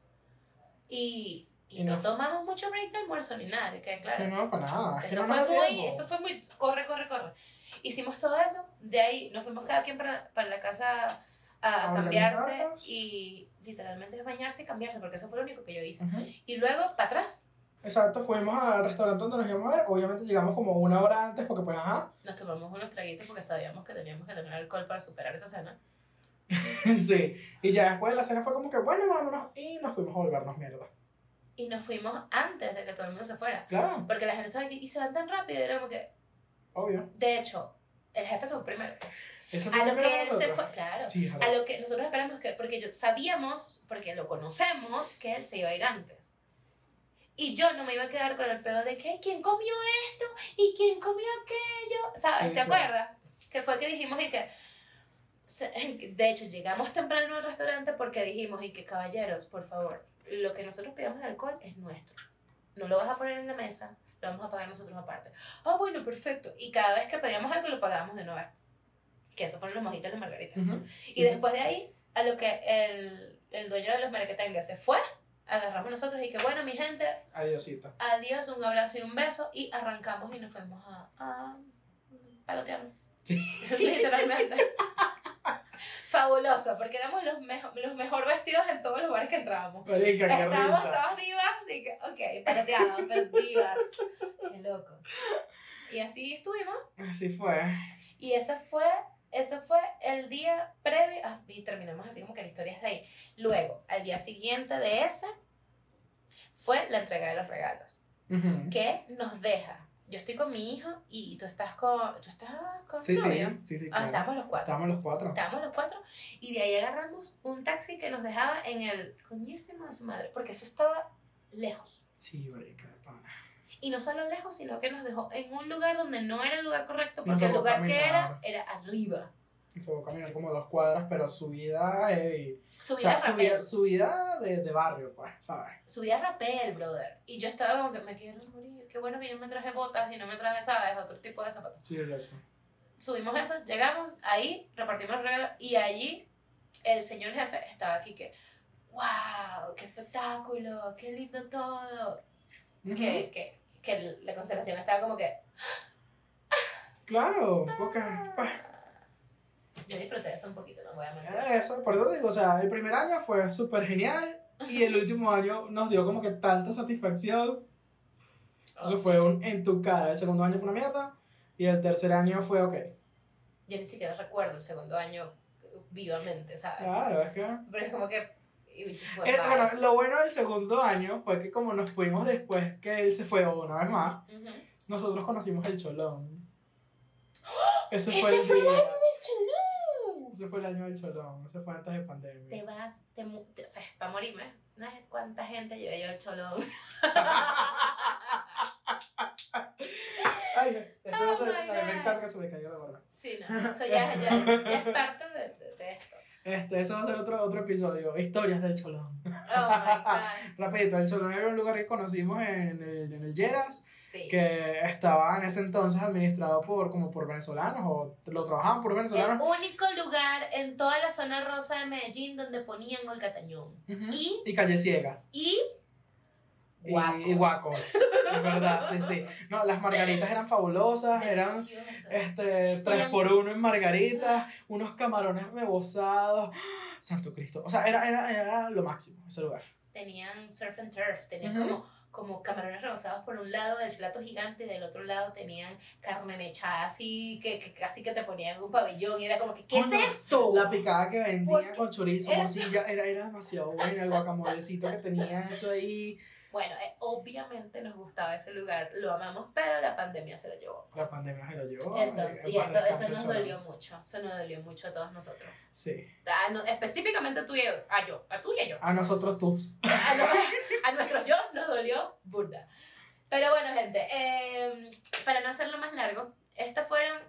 y, y, y no, no tomamos mucho break de almuerzo ni nada, que claro. Sí, no, para nada. Eso, no fue no muy, eso fue muy, corre, corre, corre. Hicimos todo eso, de ahí nos fuimos cada quien para, para la casa a, a cambiarse y literalmente es bañarse y cambiarse, porque eso fue lo único que yo hice. Uh-huh. Y luego, para atrás. Exacto, fuimos al restaurante donde nos íbamos a ver, obviamente llegamos como una hora antes porque pues ajá. Nos tomamos unos traguitos porque sabíamos que teníamos que tener alcohol para superar esa cena. Sí, y ya después de la cena fue como que bueno, vámonos, y nos fuimos a volvernos mierda. Y nos fuimos antes de que todo el mundo se fuera. Claro. Porque la gente estaba aquí y se van tan rápido, y era como que... Obvio. De hecho, el jefe se fue primero. ¿Eso fue a lo que él nosotros? se fue, claro, sí, a lo que nosotros esperamos que, porque yo sabíamos, porque lo conocemos, que él se iba a ir antes. Y yo no me iba a quedar con el pedo de que quién comió esto y quién comió aquello, ¿sabes? Sí, ¿Te sí. acuerdas? Que fue que dijimos y que, de hecho, llegamos temprano al restaurante porque dijimos y que caballeros, por favor, lo que nosotros pidamos de alcohol es nuestro. No lo vas a poner en la mesa, lo vamos a pagar nosotros aparte. Ah, bueno, perfecto. Y cada vez que pedíamos algo lo pagábamos de nuevo. Que esos fueron los mojitos de margarita. Uh-huh. Y sí, después de ahí, a lo que el, el dueño de los merequetengues se fue, agarramos nosotros y que bueno, mi gente, adiósito. Adiós, un abrazo y un beso, y arrancamos y nos fuimos a, a palotearnos. Sí. Literalmente. Fabuloso, porque éramos los, mejo, los mejor vestidos en todos los lugares que entrábamos. Marica, qué Estábamos risa. todas divas y que, ok, paloteados, pero divas. Qué locos. Y así estuvimos. Así fue. Y ese fue, ese fue el día previo, ah, y terminamos así como que la historia es de ahí. Luego, al día siguiente de ese, fue la entrega de los regalos. Uh-huh. Que nos deja. Yo estoy con mi hijo y tú estás con, ¿tú estás con Sí, tu novio? sí, sí, sí, Ah, claro. estábamos los cuatro. Estábamos los cuatro. Estábamos los cuatro y de ahí agarramos un taxi que nos dejaba en el coñísimo de su madre, porque eso estaba lejos. Sí, marica, de pana. Y no solo lejos, sino que nos dejó en un lugar donde no era el lugar correcto, Nos porque el tocó lugar caminar. que era, era arriba. Puedo caminar como dos cuadras, pero subida, eh, Subida o sea, rapel. subida, subida de, de barrio, pues, ¿sabes? Subía rapel, brother. Y yo estaba como que me quiero morir. Qué bueno que yo me traje botas y no me traje, ¿sabes? Otro tipo de zapatos. Sí, exacto. Subimos eso, llegamos, ahí repartimos los regalos y allí el señor jefe estaba aquí que, wow, qué espectáculo, qué lindo todo. Uh-huh. Que, que, que la constelación estaba como que... Claro, porque... Pues, yo disfruté eso un poquito, no voy a mentir. eso, por eso digo, o sea, el primer año fue súper genial y el último año nos dio como que tanta satisfacción. Oh, que sí. fue un en tu cara. El segundo año fue una mierda y el tercer año fue ok. Yo ni siquiera recuerdo el segundo año vivamente, ¿sabes? Claro, es que... Pero es como que... it just went Eh, by. bueno, lo bueno del segundo año fue que como nos fuimos después que él se fue una vez más, Uh-huh. nosotros conocimos el Cholón. Ese ¡Ese fue el fue el día. año del Cholón! Ese fue el año del Cholón. Ese fue antes de pandemia. Te vas, te, mu- te, o sea, para morirme. No sé cuánta gente llevé yo al Cholón. Ay, eso no Oh se, my a mí me God. encanta que se me cayó la gorra. Sí, no, eso ya, ya, ya es parte de, de, de esto. Este, eso va a ser otro, otro episodio. Historias del Cholón. Oh my God. Rapidito, el Cholón era un lugar que conocimos en el, en el Lleras, Sí. que estaba en ese entonces administrado por, como por venezolanos, o lo trabajaban por El venezolanos. único lugar en toda la zona rosa de Medellín donde ponían Olga Tañón. Ujú. Y, Y Calle Ciega. y Y- Guaco. Y guaco. Es verdad, sí, sí. No, las margaritas eran fabulosas, eran delicioso. este, tres Tenían- por uno en margaritas, unos camarones rebozados. Santo Cristo. O sea, era, era, era lo máximo ese lugar. Tenían surf and turf, tenían Ujú. como, como camarones rebozados por un lado del plato gigante y del otro lado tenían carne mechada así, que, que casi que te ponían en un pabellón y era como que, ¿qué Coño, es esto? La picada que vendía Porque con chorizo, era- morcilla, era, era demasiado buena. El guacamolecito que tenía eso ahí. Bueno, eh, obviamente nos gustaba ese lugar, lo amamos, pero la pandemia se lo llevó. La pandemia se lo llevó. Entonces, eh, y para eso, descanso eso nos el Cholón. dolió mucho, eso nos dolió mucho a todos nosotros. Sí. A no- específicamente tú y yo, a yo, a tú y a yo. A nosotros tus. A, no- a nuestros yo nos dolió burda. Pero bueno, gente, eh, para no hacerlo más largo, estas fueron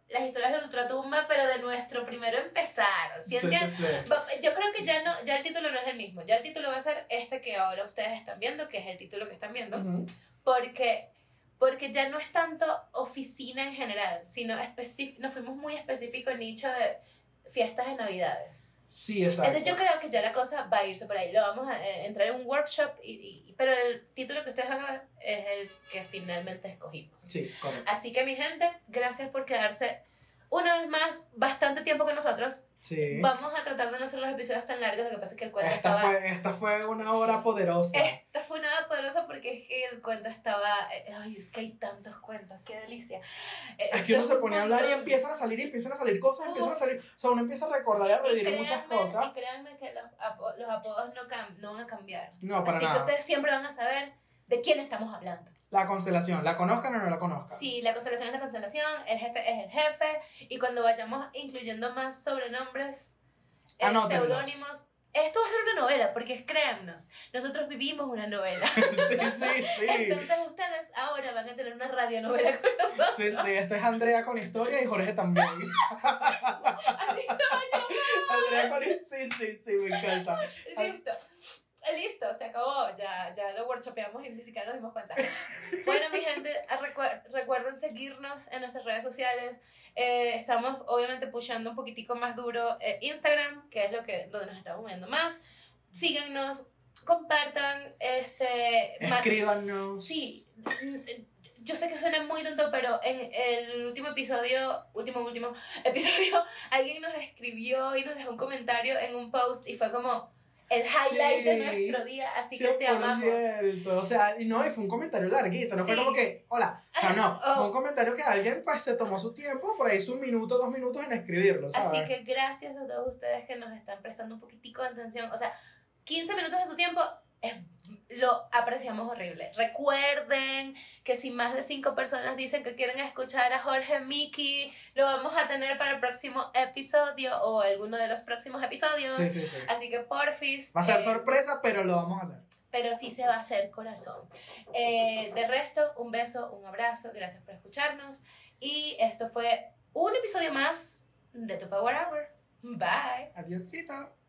las historias de Ultratumba, pero de nuestro primero empezar. ¿Sí Sí, entiendes? sí, sí. Yo creo que ya, no, ya el título no es el mismo. Ya el título va a ser este que ahora ustedes están viendo, que es el título que están viendo. Ujú. Porque, porque ya no es tanto oficina en general, sino específico, nos fuimos muy específicos en nicho de fiestas de Navidades. Sí, exacto. Entonces yo creo que ya la cosa va a irse por ahí. Lo vamos a eh, entrar en un workshop, y, y, pero el título que ustedes van a ver es el que finalmente escogimos. Sí, correcto. Así que mi gente, gracias por quedarse una vez más bastante tiempo con nosotros. Sí. Vamos a tratar de no hacer los episodios tan largos, lo que pasa es que el cuento Esta estaba... fue, esta fue una hora poderosa. Esta fue una poderosa porque es que el cuento estaba... Ay, es que hay tantos cuentos, qué delicia. Es que uno se pone a hablar y empiezan a salir y empiezan a salir cosas, Uf. empiezan a salir... O sea, uno empieza a recordar y a Y revivir muchas créanme, cosas. y créanme que los, apo- los apodos no, cam- no van a cambiar. No, para Así nada. que ustedes siempre van a saber de quién estamos hablando. La constelación, ¿la conozcan o no la conozcan? Sí, la constelación es la constelación, el jefe es el jefe, y cuando vayamos incluyendo más sobrenombres, eh, Anótenlos. seudónimos, esto va a ser una novela, porque créannos, nosotros vivimos una novela. Sí, sí, sí. Entonces ustedes ahora van a tener una radionovela con nosotros. Sí, sí, esto es Andrea con historia y Jorge también. Así se va a llamar. Andrea con sí, sí, sí, me encanta. Listo. Listo, se acabó, ya, ya lo workshopeamos y ni siquiera nos dimos cuenta. Bueno, mi gente, recuer- recuerden seguirnos en nuestras redes sociales. Eh, estamos obviamente pushando un poquitico más duro eh, Instagram, que es lo que, donde nos estamos moviendo más. Síganos, compartan, este... ma- Escríbanos. Sí, yo sé que suena muy tonto, pero en el último episodio, último, último episodio, alguien nos escribió y nos dejó un comentario en un post y fue como el highlight Sí, de nuestro día, así que te amamos. cien por ciento. O sea, y no, y fue un comentario larguito, no fue Sí. como que, hola, o sea, no, Oh. fue un comentario que alguien pues se tomó su tiempo, por ahí hizo un minuto, dos minutos en escribirlo, ¿sabes? Así que gracias a todos ustedes que nos están prestando un poquitico de atención. O sea, quince minutos de su tiempo es, lo apreciamos horrible. Recuerden que si más de cinco personas dicen que quieren escuchar a Jorge Miki, lo vamos a tener para el próximo episodio o alguno de los próximos episodios. Sí, sí, sí. Así que porfis. Va a ser eh, sorpresa, pero lo vamos a hacer. pero sí se va a hacer corazón. Eh, de resto, un beso, un abrazo, gracias por escucharnos. Y esto fue un episodio más de Tu Power Hour. Bye. Adiósito.